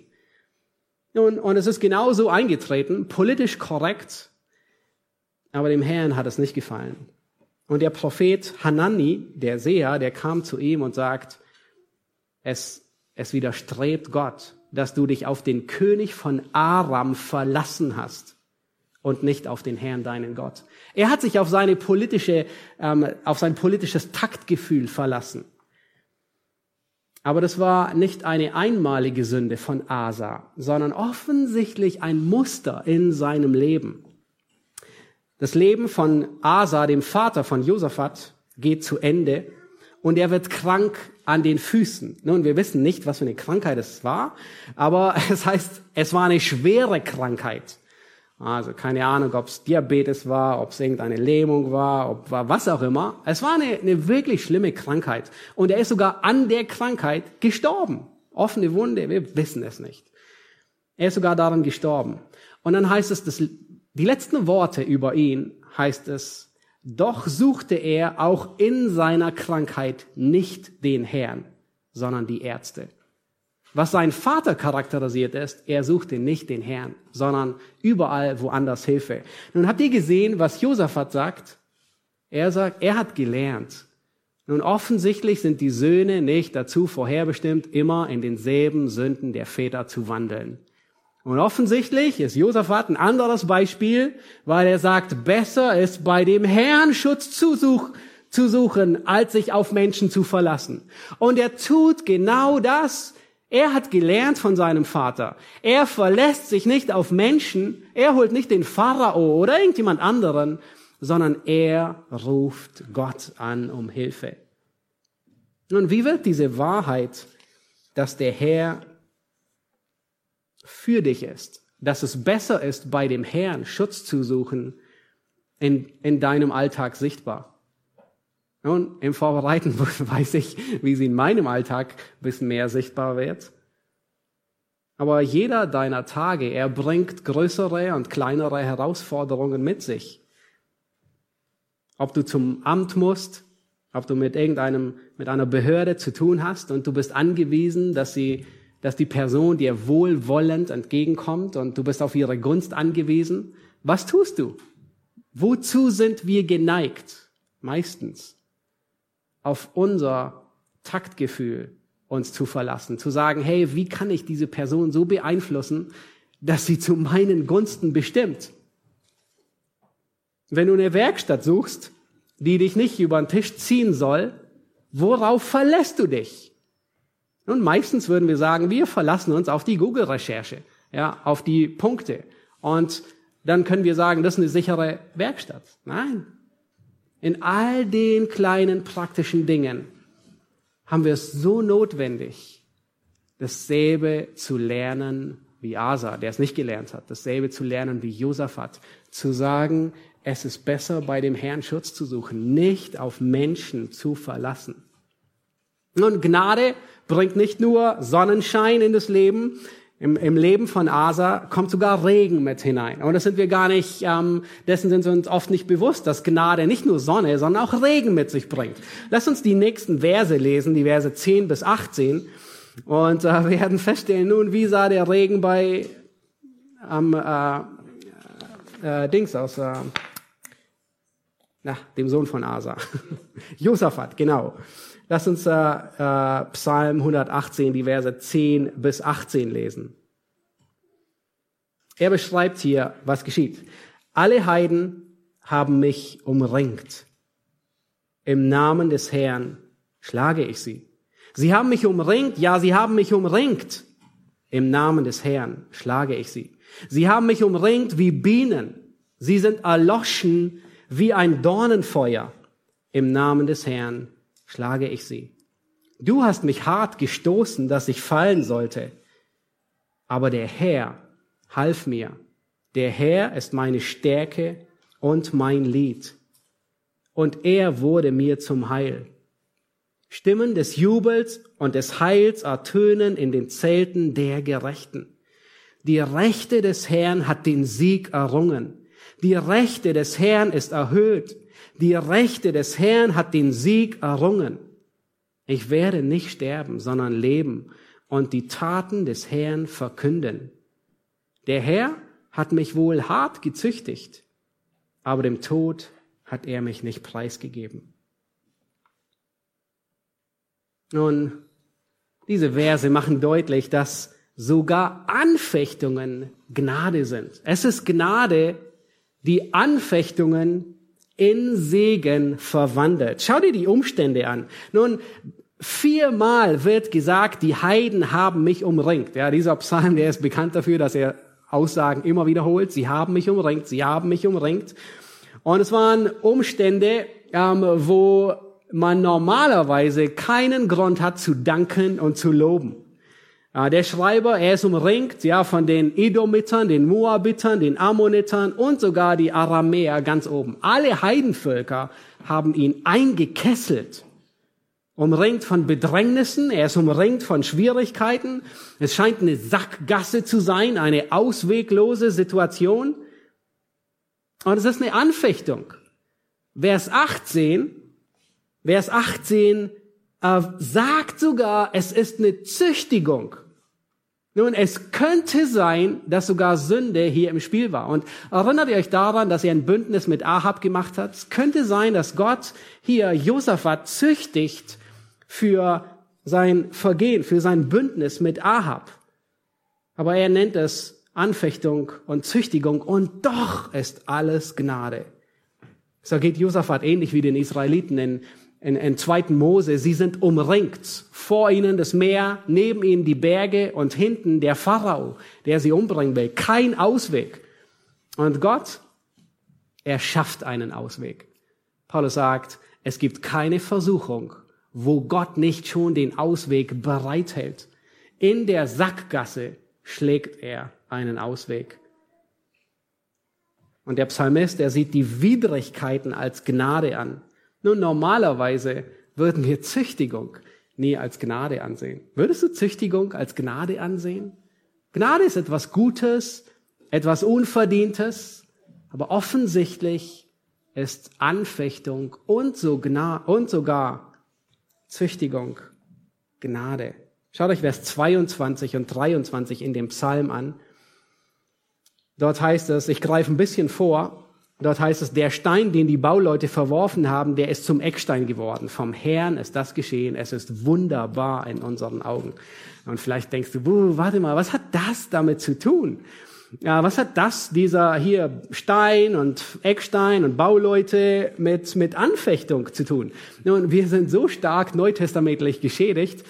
Und es ist genauso eingetreten, politisch korrekt, aber dem Herrn hat es nicht gefallen. Und der Prophet Hanani, der Seher, der kam zu ihm und sagt, es widerstrebt Gott, dass du dich auf den König von Aram verlassen hast und nicht auf den Herrn, deinen Gott. Er hat sich auf sein politisches Taktgefühl verlassen. Aber das war nicht eine einmalige Sünde von Asa, sondern offensichtlich ein Muster in seinem Leben. Das Leben von Asa, dem Vater von Josaphat, geht zu Ende und er wird krank an den Füßen. Nun, wir wissen nicht, was für eine Krankheit es war, aber es heißt, es war eine schwere Krankheit. Also keine Ahnung, ob es Diabetes war, ob es irgendeine Lähmung war, ob war was auch immer. Es war eine wirklich schlimme Krankheit. Und er ist sogar an der Krankheit gestorben. Offene Wunde, wir wissen es nicht. Er ist sogar daran gestorben. Und dann heißt es, die letzten Worte über ihn heißt es, doch suchte er auch in seiner Krankheit nicht den Herrn, sondern die Ärzte. Was sein Vater charakterisiert ist, er suchte nicht den Herrn, sondern überall woanders Hilfe. Nun habt ihr gesehen, was Josaphat sagt? Er sagt, er hat gelernt. Nun offensichtlich sind die Söhne nicht dazu vorherbestimmt, immer in denselben Sünden der Väter zu wandeln. Und offensichtlich ist Josaphat ein anderes Beispiel, weil er sagt, besser ist bei dem Herrn Schutz zu suchen, als sich auf Menschen zu verlassen. Und er tut genau das. Er hat gelernt von seinem Vater. Er verlässt sich nicht auf Menschen, er holt nicht den Pharao oder irgendjemand anderen, sondern er ruft Gott an um Hilfe. Nun, wie wird diese Wahrheit, dass der Herr für dich ist, dass es besser ist, bei dem Herrn Schutz zu suchen, in deinem Alltag sichtbar? Nun, im Vorbereiten weiß ich, wie sie in meinem Alltag ein bisschen mehr sichtbar wird. Aber jeder deiner Tage, er bringt größere und kleinere Herausforderungen mit sich. Ob du zum Amt musst, ob du mit einer Behörde zu tun hast und du bist angewiesen, dass die Person dir wohlwollend entgegenkommt und du bist auf ihre Gunst angewiesen. Was tust du? Wozu sind wir geneigt? Meistens auf unser Taktgefühl uns zu verlassen, zu sagen, hey, wie kann ich diese Person so beeinflussen, dass sie zu meinen Gunsten bestimmt? Wenn du eine Werkstatt suchst, die dich nicht über den Tisch ziehen soll, worauf verlässt du dich? Und meistens würden wir sagen, wir verlassen uns auf die Google-Recherche, ja, auf die Punkte. Und dann können wir sagen, das ist eine sichere Werkstatt. Nein. In all den kleinen praktischen Dingen haben wir es so notwendig, dasselbe zu lernen wie Asa, der es nicht gelernt hat, dasselbe zu lernen wie Josaphat, zu sagen, es ist besser, bei dem Herrn Schutz zu suchen, nicht auf Menschen zu verlassen. Und Gnade bringt nicht nur Sonnenschein in das Leben. Im Leben von Asa kommt sogar Regen mit hinein. Und das sind wir gar nicht, dessen sind wir uns oft nicht bewusst, dass Gnade nicht nur Sonne, sondern auch Regen mit sich bringt. Lass uns die nächsten Verse lesen, die Verse 10 bis 18. Und wir werden feststellen, nun, wie sah der Regen bei Dings aus, dem Sohn von Asa. Josaphat, genau. Lass uns Psalm 118, die Verse 10 bis 18 lesen. Er beschreibt hier, was geschieht. Alle Heiden haben mich umringt. Im Namen des Herrn schlage ich sie. Sie haben mich umringt, ja, sie haben mich umringt. Im Namen des Herrn schlage ich sie. Sie haben mich umringt wie Bienen. Sie sind erloschen wie ein Dornenfeuer. Im Namen des Herrn schlage ich sie. Du hast mich hart gestoßen, dass ich fallen sollte. Aber der Herr half mir. Der Herr ist meine Stärke und mein Lied. Und er wurde mir zum Heil. Stimmen des Jubels und des Heils ertönen in den Zelten der Gerechten. Die Rechte des Herrn hat den Sieg errungen. Die Rechte des Herrn ist erhöht. Die Rechte des Herrn hat den Sieg errungen. Ich werde nicht sterben, sondern leben und die Taten des Herrn verkünden. Der Herr hat mich wohl hart gezüchtigt, aber dem Tod hat er mich nicht preisgegeben. Nun, diese Verse machen deutlich, dass sogar Anfechtungen Gnade sind. Es ist Gnade, die Anfechtungen in Segen verwandelt. Schau dir die Umstände an. Nun, 4-mal wird gesagt, die Heiden haben mich umringt. Ja, dieser Psalm, der ist bekannt dafür, dass er Aussagen immer wiederholt. Sie haben mich umringt, sie haben mich umringt. Und es waren Umstände, wo man normalerweise keinen Grund hat zu danken und zu loben. Der Schreiber, er ist umringt, ja, von den Edomitern, den Moabitern, den Ammonitern und sogar die Aramäer ganz oben. Alle Heidenvölker haben ihn eingekesselt. Umringt von Bedrängnissen, er ist umringt von Schwierigkeiten. Es scheint eine Sackgasse zu sein, eine ausweglose Situation. Und es ist eine Anfechtung. Vers 18 sagt sogar, es ist eine Züchtigung. Nun, es könnte sein, dass sogar Sünde hier im Spiel war. Und erinnert ihr euch daran, dass er ein Bündnis mit Ahab gemacht hat? Es könnte sein, dass Gott hier Josaphat züchtigt für sein Vergehen, für sein Bündnis mit Ahab. Aber er nennt es Anfechtung und Züchtigung und doch ist alles Gnade. So geht Josaphat ähnlich wie den Israeliten in 2. Mose. Sie sind umringt. Vor ihnen das Meer, neben ihnen die Berge und hinten der Pharao, der sie umbringen will. Kein Ausweg. Und Gott, er schafft einen Ausweg. Paulus sagt, es gibt keine Versuchung, wo Gott nicht schon den Ausweg bereithält. In der Sackgasse schlägt er einen Ausweg. Und der Psalmist, er sieht die Widrigkeiten als Gnade an. Nun, normalerweise würden wir Züchtigung nie als Gnade ansehen. Würdest du Züchtigung als Gnade ansehen? Gnade ist etwas Gutes, etwas Unverdientes, aber offensichtlich ist Anfechtung und sogar Züchtigung Gnade. Schaut euch Vers 22 und 23 in dem Psalm an. Dort heißt es, ich greife ein bisschen vor, dort heißt es, der Stein, den die Bauleute verworfen haben, der ist zum Eckstein geworden. Vom Herrn ist das geschehen. Es ist wunderbar in unseren Augen. Und vielleicht denkst du, warte mal, was hat das damit zu tun? Ja, was hat das, dieser hier Stein und Eckstein und Bauleute mit Anfechtung zu tun? Nun, wir sind so stark neutestamentlich geschädigt,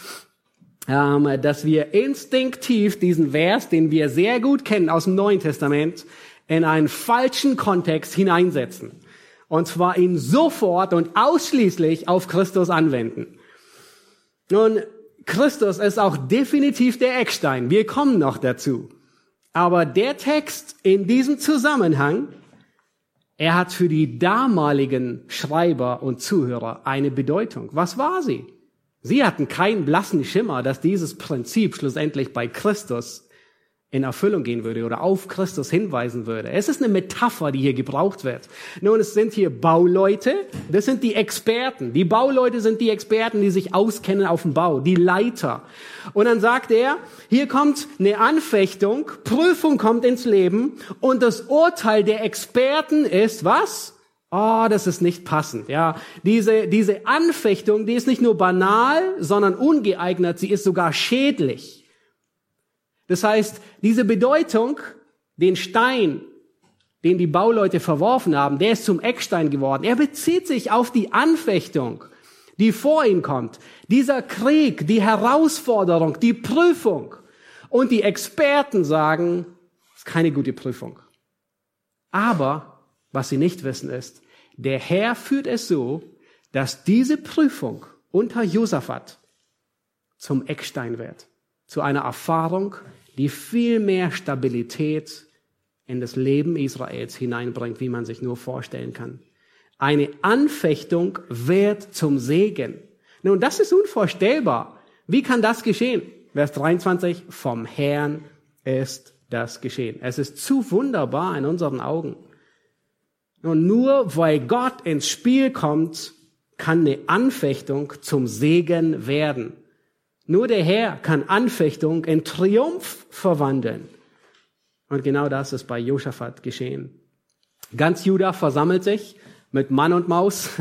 dass wir instinktiv diesen Vers, den wir sehr gut kennen aus dem Neuen Testament, in einen falschen Kontext hineinsetzen. Und zwar ihn sofort und ausschließlich auf Christus anwenden. Nun, Christus ist auch definitiv der Eckstein. Wir kommen noch dazu. Aber der Text in diesem Zusammenhang, er hat für die damaligen Schreiber und Zuhörer eine Bedeutung. Was war sie? Sie hatten keinen blassen Schimmer, dass dieses Prinzip schlussendlich bei Christus in Erfüllung gehen würde oder auf Christus hinweisen würde. Es ist eine Metapher, die hier gebraucht wird. Nun, es sind hier Bauleute, das sind die Experten. Die Bauleute sind die Experten, die sich auskennen auf dem Bau, die Leiter. Und dann sagt er, hier kommt eine Anfechtung, Prüfung kommt ins Leben und das Urteil der Experten ist, was? Oh, das ist nicht passend. Ja, diese Anfechtung, die ist nicht nur banal, sondern ungeeignet, sie ist sogar schädlich. Das heißt, diese Bedeutung, den Stein, den die Bauleute verworfen haben, der ist zum Eckstein geworden. Er bezieht sich auf die Anfechtung, die vor ihm kommt. Dieser Krieg, die Herausforderung, die Prüfung. Und die Experten sagen, es ist keine gute Prüfung. Aber was sie nicht wissen ist, der Herr führt es so, dass diese Prüfung unter Josaphat zum Eckstein wird. Zu einer Erfahrung, die viel mehr Stabilität in das Leben Israels hineinbringt, wie man sich nur vorstellen kann. Eine Anfechtung wird zum Segen. Nun, das ist unvorstellbar. Wie kann das geschehen? Vers 23, vom Herrn ist das geschehen. Es ist zu wunderbar in unseren Augen. Und nur weil Gott ins Spiel kommt, kann eine Anfechtung zum Segen werden. Nur der Herr kann Anfechtung in Triumph verwandeln. Und genau das ist bei Josaphat geschehen. Ganz Juda versammelt sich mit Mann und Maus,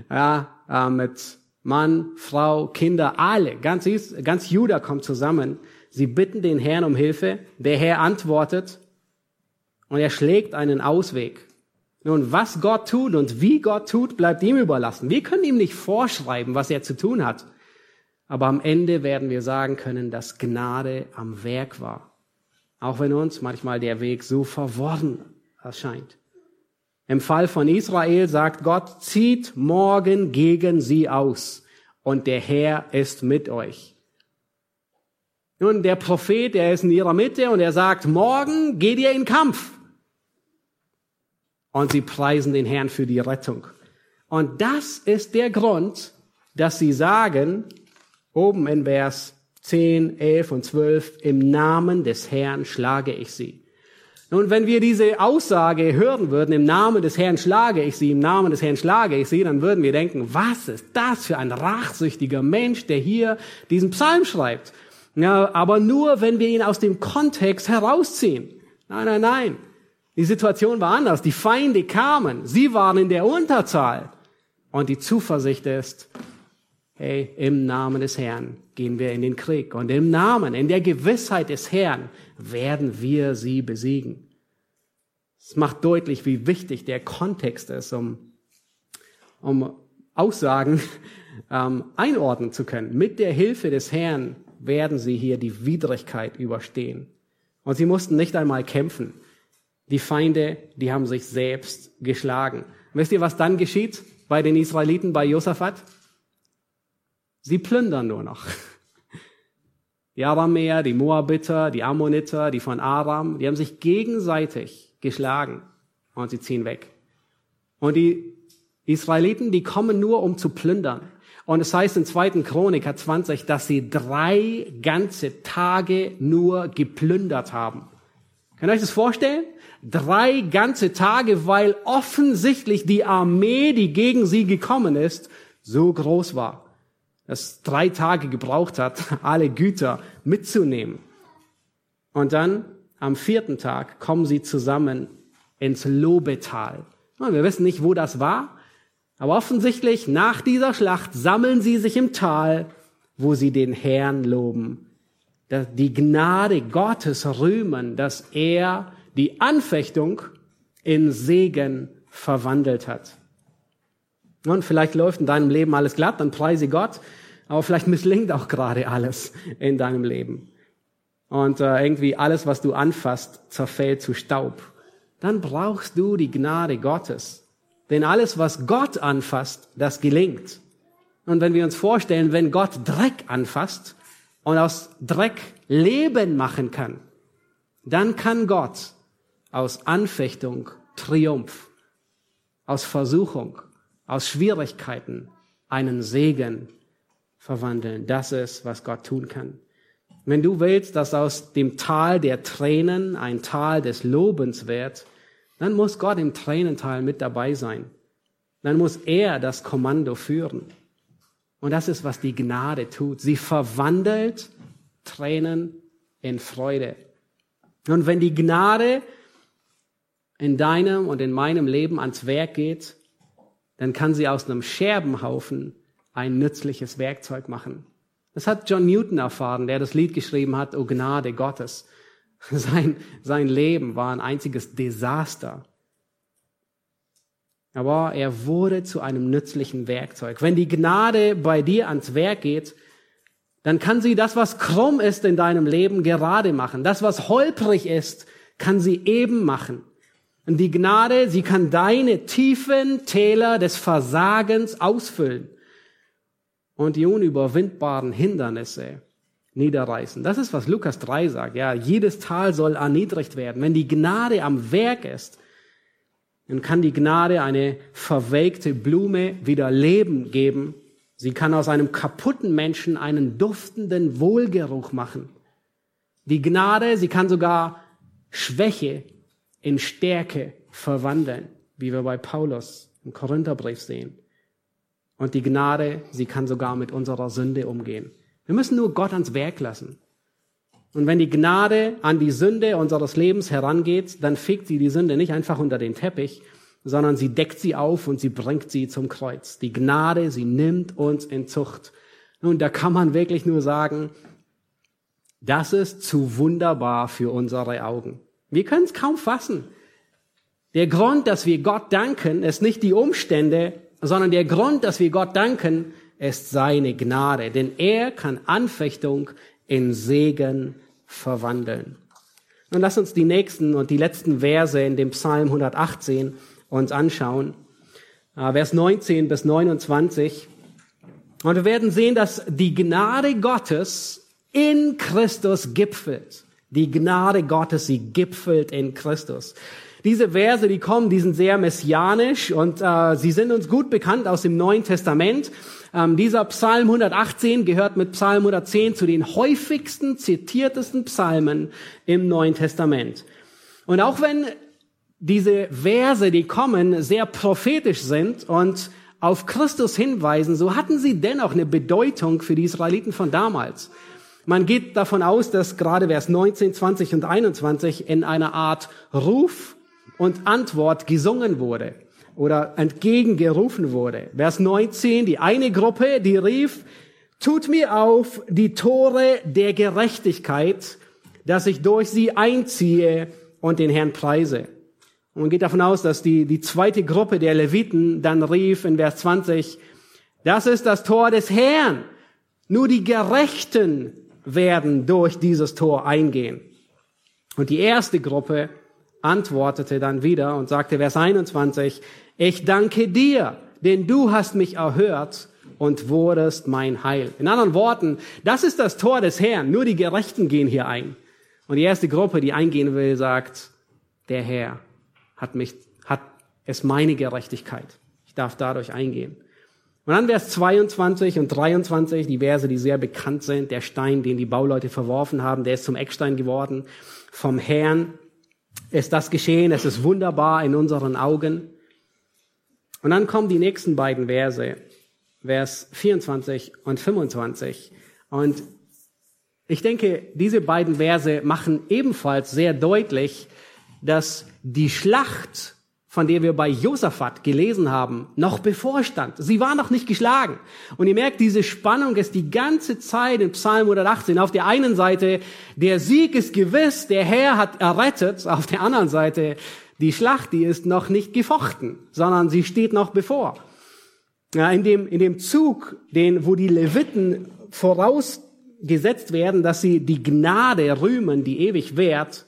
mit Mann, Frau, Kinder, alle. Ganz Juda kommt zusammen. Sie bitten den Herrn um Hilfe. Der Herr antwortet und er schlägt einen Ausweg. Nun, was Gott tut und wie Gott tut, bleibt ihm überlassen. Wir können ihm nicht vorschreiben, was er zu tun hat. Aber am Ende werden wir sagen können, dass Gnade am Werk war. Auch wenn uns manchmal der Weg so verworren erscheint. Im Fall von Israel sagt Gott, zieht morgen gegen sie aus und der Herr ist mit euch. Nun, der Prophet, der ist in ihrer Mitte und er sagt, morgen geht ihr in Kampf. Und sie preisen den Herrn für die Rettung. Und das ist der Grund, dass sie sagen, oben in Vers 10, 11 und 12, im Namen des Herrn schlage ich sie. Nun, wenn wir diese Aussage hören würden, im Namen des Herrn schlage ich sie, im Namen des Herrn schlage ich sie, dann würden wir denken, was ist das für ein rachsüchtiger Mensch, der hier diesen Psalm schreibt. Ja, aber nur, wenn wir ihn aus dem Kontext herausziehen. Nein. Die Situation war anders. Die Feinde kamen. Sie waren in der Unterzahl. Und die Zuversicht ist, hey, im Namen des Herrn gehen wir in den Krieg. Und im Namen, in der Gewissheit des Herrn werden wir sie besiegen. Es macht deutlich, wie wichtig der Kontext ist, um Aussagen einordnen zu können. Mit der Hilfe des Herrn werden sie hier die Widrigkeit überstehen. Und sie mussten nicht einmal kämpfen. Die Feinde, die haben sich selbst geschlagen. Wisst ihr, was dann geschieht bei den Israeliten, bei Josaphat? Sie plündern nur noch. Die Aramäer, die Moabiter, die Ammoniter, die von Aram, die haben sich gegenseitig geschlagen und sie ziehen weg. Und die Israeliten, die kommen nur, um zu plündern. Und es heißt in 2. Chroniker 20, dass sie 3 ganze Tage nur geplündert haben. Könnt ihr euch das vorstellen? 3 ganze Tage, weil offensichtlich die Armee, die gegen sie gekommen ist, so groß war, dass 3 Tage gebraucht hat, alle Güter mitzunehmen. Und dann am 4. Tag kommen sie zusammen ins Lobetal. Und wir wissen nicht, wo das war, aber offensichtlich nach dieser Schlacht sammeln sie sich im Tal, wo sie den Herrn loben, die Gnade Gottes rühmen, dass er die Anfechtung in Segen verwandelt hat. Und vielleicht läuft in deinem Leben alles glatt, dann preise Gott, aber vielleicht misslingt auch gerade alles in deinem Leben. Und irgendwie alles, was du anfasst, zerfällt zu Staub. Dann brauchst du die Gnade Gottes. Denn alles, was Gott anfasst, das gelingt. Und wenn wir uns vorstellen, wenn Gott Dreck anfasst und aus Dreck Leben machen kann, dann kann Gott aus Anfechtung Triumph, aus Versuchung, aus Schwierigkeiten einen Segen verwandeln. Das ist, was Gott tun kann. Wenn du willst, dass aus dem Tal der Tränen ein Tal des Lobens wird, dann muss Gott im Tränental mit dabei sein. Dann muss er das Kommando führen. Und das ist, was die Gnade tut. Sie verwandelt Tränen in Freude. Und wenn die Gnade in deinem und in meinem Leben ans Werk geht, dann kann sie aus einem Scherbenhaufen ein nützliches Werkzeug machen. Das hat John Newton erfahren, der das Lied geschrieben hat, O Gnade Gottes. Sein Leben war ein einziges Desaster. Aber er wurde zu einem nützlichen Werkzeug. Wenn die Gnade bei dir ans Werk geht, dann kann sie das, was krumm ist in deinem Leben, gerade machen. Das, was holprig ist, kann sie eben machen. Und die Gnade, sie kann deine tiefen Täler des Versagens ausfüllen und die unüberwindbaren Hindernisse niederreißen. Das ist, was Lukas 3 sagt. Ja, jedes Tal soll erniedrigt werden. Wenn die Gnade am Werk ist, dann kann die Gnade eine verwelkte Blume wieder Leben geben. Sie kann aus einem kaputten Menschen einen duftenden Wohlgeruch machen. Die Gnade, sie kann sogar Schwäche in Stärke verwandeln, wie wir bei Paulus im Korintherbrief sehen. Und die Gnade, sie kann sogar mit unserer Sünde umgehen. Wir müssen nur Gott ans Werk lassen. Und wenn die Gnade an die Sünde unseres Lebens herangeht, dann fegt sie die Sünde nicht einfach unter den Teppich, sondern sie deckt sie auf und sie bringt sie zum Kreuz. Die Gnade, sie nimmt uns in Zucht. Nun, da kann man wirklich nur sagen, das ist zu wunderbar für unsere Augen. Wir können es kaum fassen. Der Grund, dass wir Gott danken, ist nicht die Umstände, sondern der Grund, dass wir Gott danken, ist seine Gnade. Denn er kann Anfechtung in Segen verwandeln. Nun lass uns die nächsten und die letzten Verse in dem Psalm 118 uns anschauen. Vers 19 bis 29. Und wir werden sehen, dass die Gnade Gottes in Christus gipfelt. Die Gnade Gottes, sie gipfelt in Christus. Diese Verse, die kommen, die sind sehr messianisch und sie sind uns gut bekannt aus dem Neuen Testament. Dieser Psalm 118 gehört mit Psalm 110 zu den häufigsten zitiertesten Psalmen im Neuen Testament. Und auch wenn diese Verse, die kommen, sehr prophetisch sind und auf Christus hinweisen, so hatten sie dennoch eine Bedeutung für die Israeliten von damals. Man geht davon aus, dass gerade Vers 19, 20 und 21 in einer Art Ruf und Antwort gesungen wurde oder entgegengerufen wurde. Vers 19, die eine Gruppe, die rief, tut mir auf die Tore der Gerechtigkeit, dass ich durch sie einziehe und den Herrn preise. Und man geht davon aus, dass die zweite Gruppe der Leviten dann rief in Vers 20, das ist das Tor des Herrn. Nur die Gerechten werden durch dieses Tor eingehen. Und die erste Gruppe antwortete dann wieder und sagte, Vers 21, ich danke dir, denn du hast mich erhört und wurdest mein Heil. In anderen Worten, das ist das Tor des Herrn, nur die Gerechten gehen hier ein. Und die erste Gruppe, die eingehen will, sagt, der Herr ist meine Gerechtigkeit. darf dadurch eingehen. Und dann Vers 22 und 23, die Verse, die sehr bekannt sind. Der Stein, den die Bauleute verworfen haben, der ist zum Eckstein geworden. Vom Herrn ist das geschehen. Es ist wunderbar in unseren Augen. Und dann kommen die nächsten beiden Verse, Vers 24 und 25. Und ich denke, diese beiden Verse machen ebenfalls sehr deutlich, dass die Schlacht, von der wir bei Josaphat gelesen haben, noch bevorstand. Sie war noch nicht geschlagen. Und ihr merkt, diese Spannung ist die ganze Zeit in Psalm 118. Auf der einen Seite, der Sieg ist gewiss, der Herr hat errettet. Auf der anderen Seite, die Schlacht, die ist noch nicht gefochten, sondern sie steht noch bevor. Ja, in dem Zug, wo die Leviten vorausgesetzt werden, dass sie die Gnade rühmen, die ewig währt,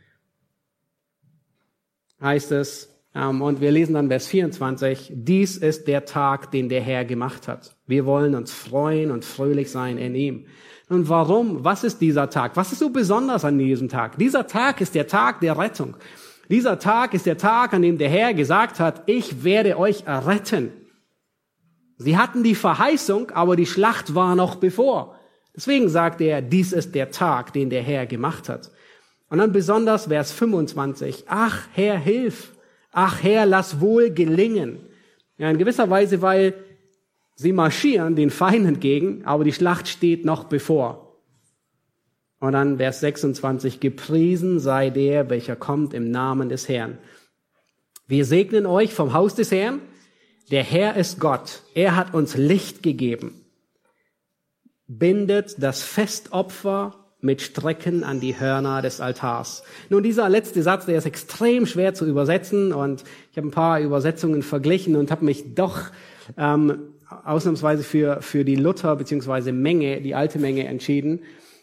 heißt es, und wir lesen dann Vers 24, dies ist der Tag, den der Herr gemacht hat. Wir wollen uns freuen und fröhlich sein in ihm. Und warum? Was ist dieser Tag? Was ist so besonders an diesem Tag? Dieser Tag ist der Tag der Rettung. Dieser Tag ist der Tag, an dem der Herr gesagt hat, ich werde euch erretten. Sie hatten die Verheißung, aber die Schlacht war noch bevor. Deswegen sagt er, dies ist der Tag, den der Herr gemacht hat. Und dann besonders Vers 25, ach Herr, hilf. Ach Herr, lass wohl gelingen. Ja, in gewisser Weise, weil sie marschieren den Feind entgegen, aber die Schlacht steht noch bevor. Und dann Vers 26, gepriesen sei der, welcher kommt im Namen des Herrn. Wir segnen euch vom Haus des Herrn. Der Herr ist Gott. Er hat uns Licht gegeben. Bindet das Festopfer mit Strecken an die Hörner des Altars. Nun, dieser letzte Satz, der ist extrem schwer zu übersetzen und ich habe ein paar Übersetzungen verglichen und habe mich doch ausnahmsweise für die Luther bzw. Menge, die alte Menge entschieden.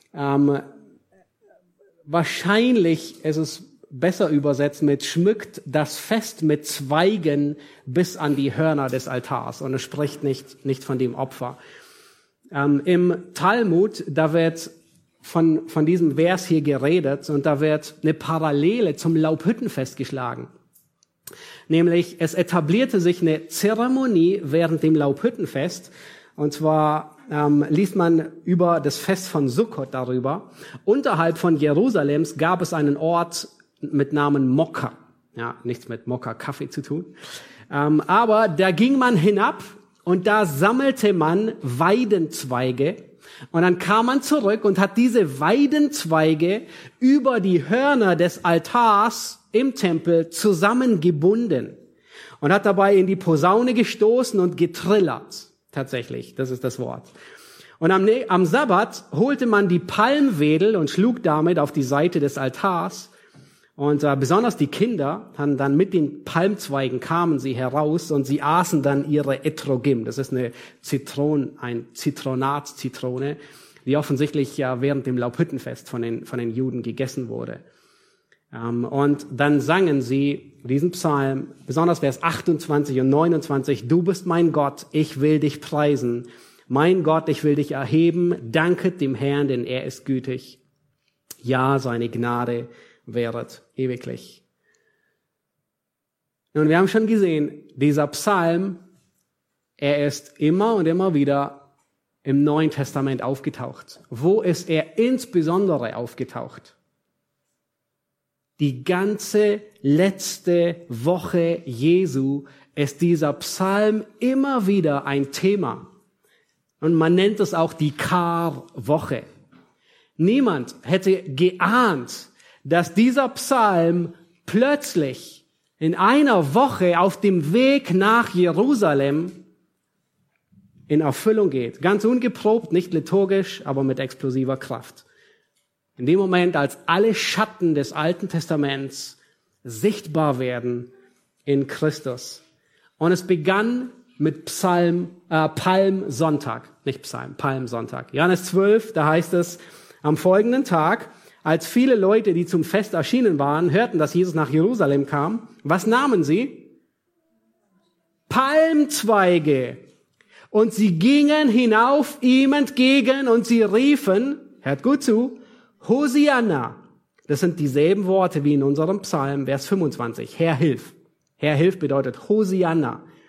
Wahrscheinlich ist es besser übersetzt mit schmückt das Fest mit Zweigen bis an die Hörner des Altars und es spricht nicht von dem Opfer. Im Talmud, da wird von diesem Vers hier geredet und da wird eine Parallele zum Laubhüttenfest geschlagen. Nämlich, es etablierte sich eine Zeremonie während dem Laubhüttenfest und zwar liest man über das Fest von Sukkot darüber. Unterhalb von Jerusalems gab es einen Ort mit Namen Mokka. Ja, nichts mit Mokka-Kaffee zu tun. Aber da ging man hinab und da sammelte man Weidenzweige. Und dann kam man zurück und hat diese Weidenzweige über die Hörner des Altars im Tempel zusammengebunden und hat dabei in die Posaune gestoßen und getrillert. Tatsächlich, das ist das Wort. Und am Sabbat holte man die Palmwedel und schlug damit auf die Seite des Altars. Und besonders die Kinder haben dann mit den Palmzweigen kamen sie heraus und sie aßen dann ihre Etrogim. Das ist ein Zitronat-Zitrone, die offensichtlich ja während dem Laubhüttenfest von den Juden gegessen wurde. Und dann sangen sie diesen Psalm, besonders Vers 28 und 29, du bist mein Gott, ich will dich preisen. Mein Gott, ich will dich erheben. Danket dem Herrn, denn er ist gütig. Ja, seine Gnade wäret ewiglich. Nun, wir haben schon gesehen, dieser Psalm, er ist immer und immer wieder im Neuen Testament aufgetaucht. Wo ist er insbesondere aufgetaucht? Die ganze letzte Woche Jesu ist dieser Psalm immer wieder ein Thema. Und man nennt es auch die Karwoche. Niemand hätte geahnt, dass dieser Psalm plötzlich in einer Woche auf dem Weg nach Jerusalem in Erfüllung geht. Ganz ungeprobt, nicht liturgisch, aber mit explosiver Kraft. In dem Moment, als alle Schatten des Alten Testaments sichtbar werden in Christus. Und es begann mit Palmsonntag. Nicht Psalm, Palmsonntag. Johannes 12, da heißt es, am folgenden Tag, als viele Leute, die zum Fest erschienen waren, hörten, dass Jesus nach Jerusalem kam, was nahmen sie? Palmzweige. Und sie gingen hinauf ihm entgegen und sie riefen, hört gut zu, Hosianna. Das sind dieselben Worte wie in unserem Psalm, Vers 25. Herr, hilf. Herr, hilf bedeutet Hosianna.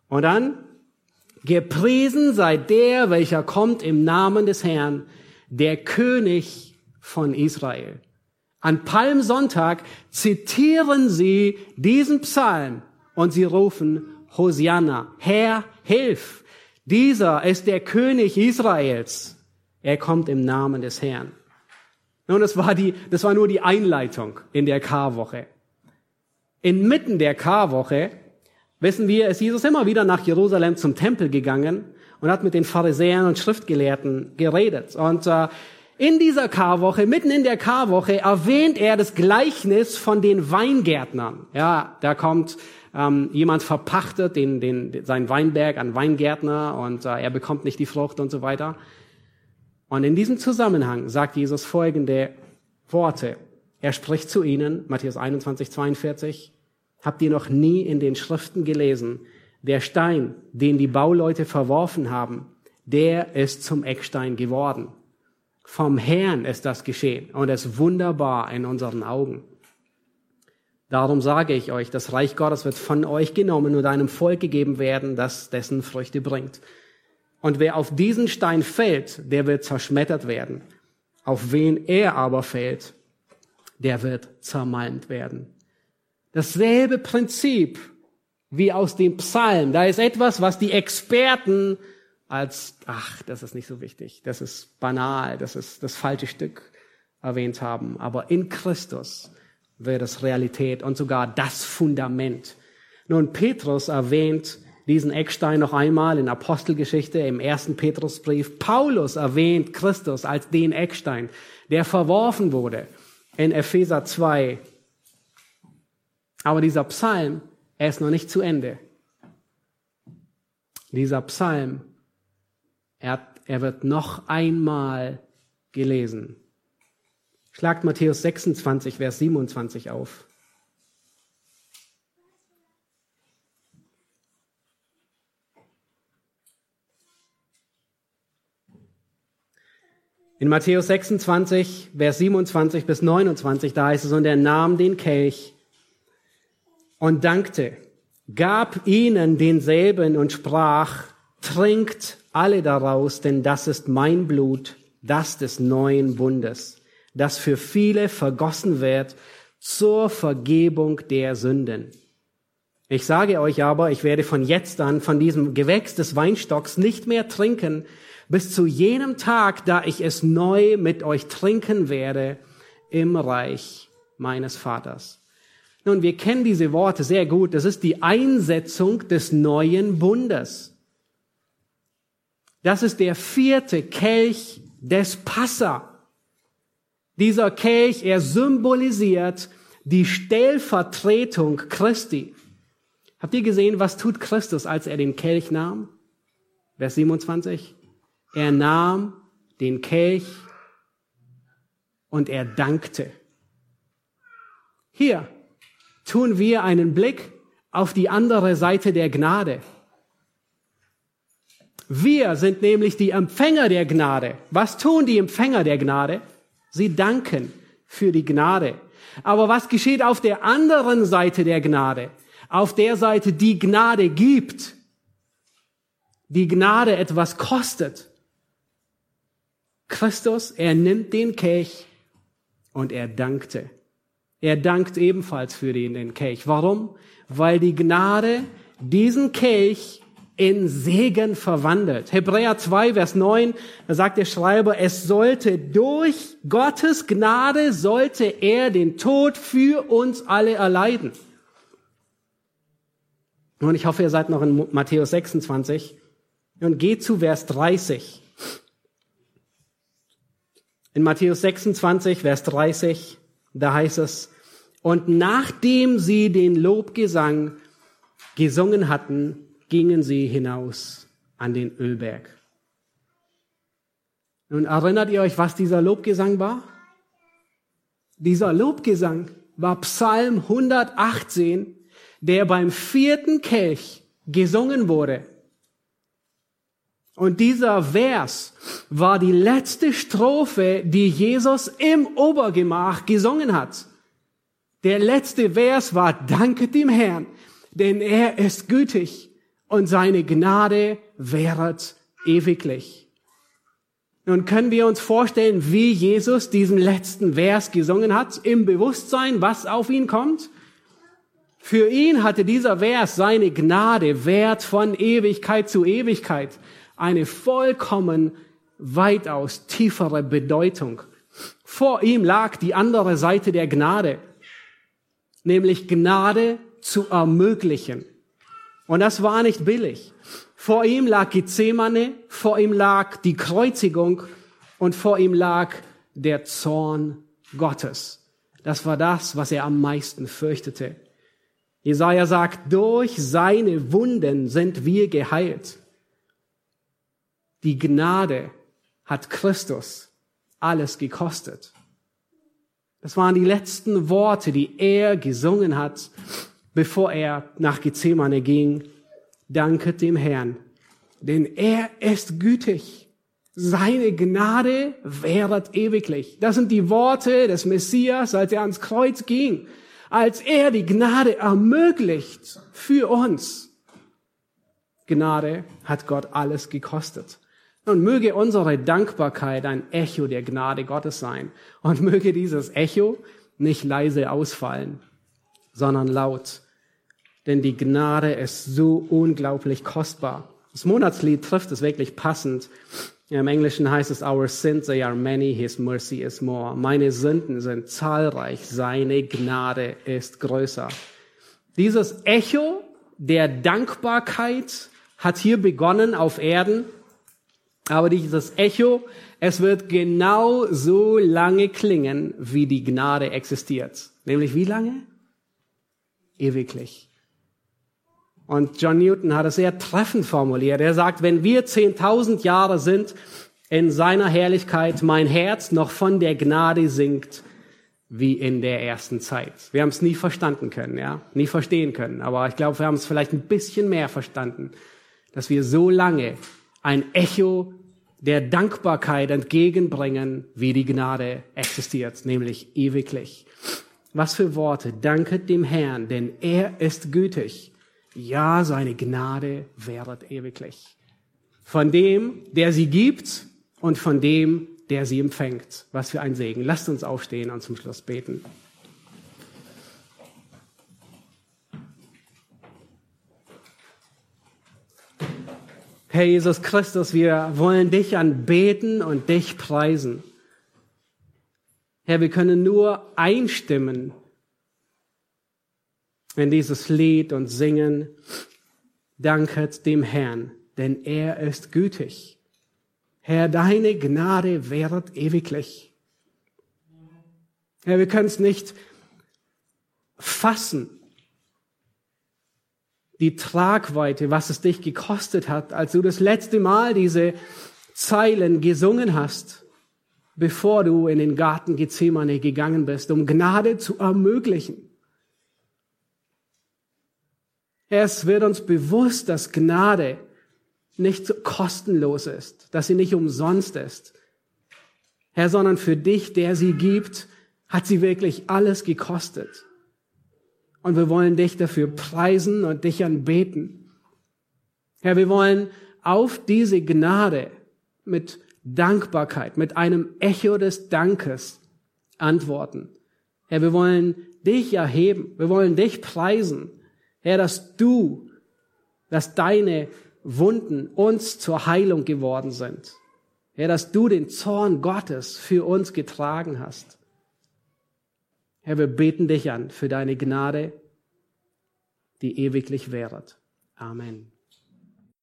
Und dann, gepriesen sei der, welcher kommt im Namen des Herrn, der König von Israel. An Palmsonntag zitieren sie diesen Psalm und sie rufen, Hosianna, Herr, hilf! Dieser ist der König Israels. Er kommt im Namen des Herrn. Nun, das war nur die Einleitung in der Karwoche. Inmitten der Karwoche, wissen wir, ist Jesus immer wieder nach Jerusalem zum Tempel gegangen und hat mit den Pharisäern und Schriftgelehrten geredet. Und in dieser Karwoche, mitten in der Karwoche, erwähnt er das Gleichnis von den Weingärtnern. Ja, da kommt jemand verpachtet seinen Weinberg an Weingärtner und er bekommt nicht die Frucht und so weiter. Und in diesem Zusammenhang sagt Jesus folgende Worte. Er spricht zu ihnen, Matthäus 21, 42, habt ihr noch nie in den Schriften gelesen, der Stein, den die Bauleute verworfen haben, der ist zum Eckstein geworden. Vom Herrn ist das geschehen und es ist wunderbar in unseren Augen. Darum sage ich euch, das Reich Gottes wird von euch genommen und einem Volk gegeben werden, das dessen Früchte bringt. Und wer auf diesen Stein fällt, der wird zerschmettert werden. Auf wen er aber fällt, der wird zermalmt werden. Dasselbe Prinzip wie aus dem Psalm. Da ist etwas, was die Experten als, das ist nicht so wichtig, das ist banal, das ist das falsche Stück erwähnt haben. Aber in Christus wird es Realität und sogar das Fundament. Nun, Petrus erwähnt diesen Eckstein noch einmal in Apostelgeschichte im 1. Petrusbrief. Paulus erwähnt Christus als den Eckstein, der verworfen wurde in Epheser 2. Aber dieser Psalm, er ist noch nicht zu Ende. Dieser Psalm, er wird noch einmal gelesen. Schlagt Matthäus 26, Vers 27 auf. In Matthäus 26, Vers 27 bis 29, da heißt es, und er nahm den Kelch und dankte, gab ihnen denselben und sprach, trinkt alle daraus, denn das ist mein Blut, das des neuen Bundes, das für viele vergossen wird zur Vergebung der Sünden. Ich sage euch aber, ich werde von jetzt an von diesem Gewächs des Weinstocks nicht mehr trinken, bis zu jenem Tag, da ich es neu mit euch trinken werde im Reich meines Vaters. Nun, wir kennen diese Worte sehr gut. Das ist die Einsetzung des neuen Bundes. Das ist der 4. Kelch des Passa. Dieser Kelch, er symbolisiert die Stellvertretung Christi. Habt ihr gesehen, was tut Christus, als er den Kelch nahm? Vers 27. Er nahm den Kelch und er dankte. Hier tun wir einen Blick auf die andere Seite der Gnade. Wir sind nämlich die Empfänger der Gnade. Was tun die Empfänger der Gnade? Sie danken für die Gnade. Aber was geschieht auf der anderen Seite der Gnade? Auf der Seite, die Gnade gibt. Die Gnade etwas kostet. Christus, er nimmt den Kelch und er dankte. Er dankt ebenfalls für den Kelch. Warum? Weil die Gnade diesen Kelch in Segen verwandelt. Hebräer 2, Vers 9, da sagt der Schreiber, es sollte durch Gottes Gnade, sollte er den Tod für uns alle erleiden. Und ich hoffe, ihr seid noch in Matthäus 26 und geht zu Vers 30. In Matthäus 26, Vers 30, da heißt es, und nachdem sie den Lobgesang gesungen hatten, gingen sie hinaus an den Ölberg. Nun erinnert ihr euch, was dieser Lobgesang war? Dieser Lobgesang war Psalm 118, der beim 4. Kelch gesungen wurde. Und dieser Vers war die letzte Strophe, die Jesus im Obergemach gesungen hat. Der letzte Vers war, danket dem Herrn, denn er ist gütig und seine Gnade währet ewiglich. Nun können wir uns vorstellen, wie Jesus diesen letzten Vers gesungen hat, im Bewusstsein, was auf ihn kommt. Für ihn hatte dieser Vers, seine Gnade, Wert von Ewigkeit zu Ewigkeit, eine vollkommen weitaus tiefere Bedeutung. Vor ihm lag die andere Seite der Gnade, nämlich Gnade zu ermöglichen. Und das war nicht billig. Vor ihm lag Gethsemane, vor ihm lag die Kreuzigung und vor ihm lag der Zorn Gottes. Das war das, was er am meisten fürchtete. Jesaja sagt, durch seine Wunden sind wir geheilt. Die Gnade hat Christus alles gekostet. Das waren die letzten Worte, die er gesungen hat, bevor er nach Gethsemane ging. Danket dem Herrn, denn er ist gütig. Seine Gnade währet ewiglich. Das sind die Worte des Messias, als er ans Kreuz ging, als er die Gnade ermöglicht für uns. Gnade hat Gott alles gekostet. Und möge unsere Dankbarkeit ein Echo der Gnade Gottes sein. Und möge dieses Echo nicht leise ausfallen, sondern laut. Denn die Gnade ist so unglaublich kostbar. Das Monatslied trifft es wirklich passend. Im Englischen heißt es, Our sins, they are many, His mercy is more. Meine Sünden sind zahlreich, seine Gnade ist größer. Dieses Echo der Dankbarkeit hat hier begonnen auf Erden. Aber dieses Echo, es wird genau so lange klingen, wie die Gnade existiert. Nämlich wie lange? Ewiglich. Und John Newton hat es sehr treffend formuliert. Er sagt, wenn wir 10.000 Jahre sind in seiner Herrlichkeit, mein Herz noch von der Gnade singt, wie in der ersten Zeit. Wir haben es nie verstanden können, ja, nie verstehen können. Aber ich glaube, wir haben es vielleicht ein bisschen mehr verstanden, dass wir so lange ein Echo der Dankbarkeit entgegenbringen, wie die Gnade existiert, nämlich ewiglich. Was für Worte! Danket dem Herrn, denn er ist gütig. Ja, seine Gnade währet ewiglich. Von dem, der sie gibt und von dem, der sie empfängt. Was für ein Segen. Lasst uns aufstehen und zum Schluss beten. Herr Jesus Christus, wir wollen dich anbeten und dich preisen. Herr, wir können nur einstimmen in dieses Lied und singen, danket dem Herrn, denn er ist gütig. Herr, deine Gnade währet ewiglich. Herr, wir können es nicht fassen, die Tragweite, was es dich gekostet hat, als du das letzte Mal diese Zeilen gesungen hast, bevor du in den Garten Gethsemane gegangen bist, um Gnade zu ermöglichen. Es wird uns bewusst, dass Gnade nicht kostenlos ist, dass sie nicht umsonst ist. Herr, sondern für dich, der sie gibt, hat sie wirklich alles gekostet. Und wir wollen dich dafür preisen und dich anbeten. Herr, wir wollen auf diese Gnade mit Dankbarkeit, mit einem Echo des Dankes antworten. Herr, wir wollen dich erheben, wir wollen dich preisen. Herr, dass deine Wunden uns zur Heilung geworden sind. Herr, dass du den Zorn Gottes für uns getragen hast. Herr, wir beten dich an für deine Gnade, die ewiglich währet. Amen.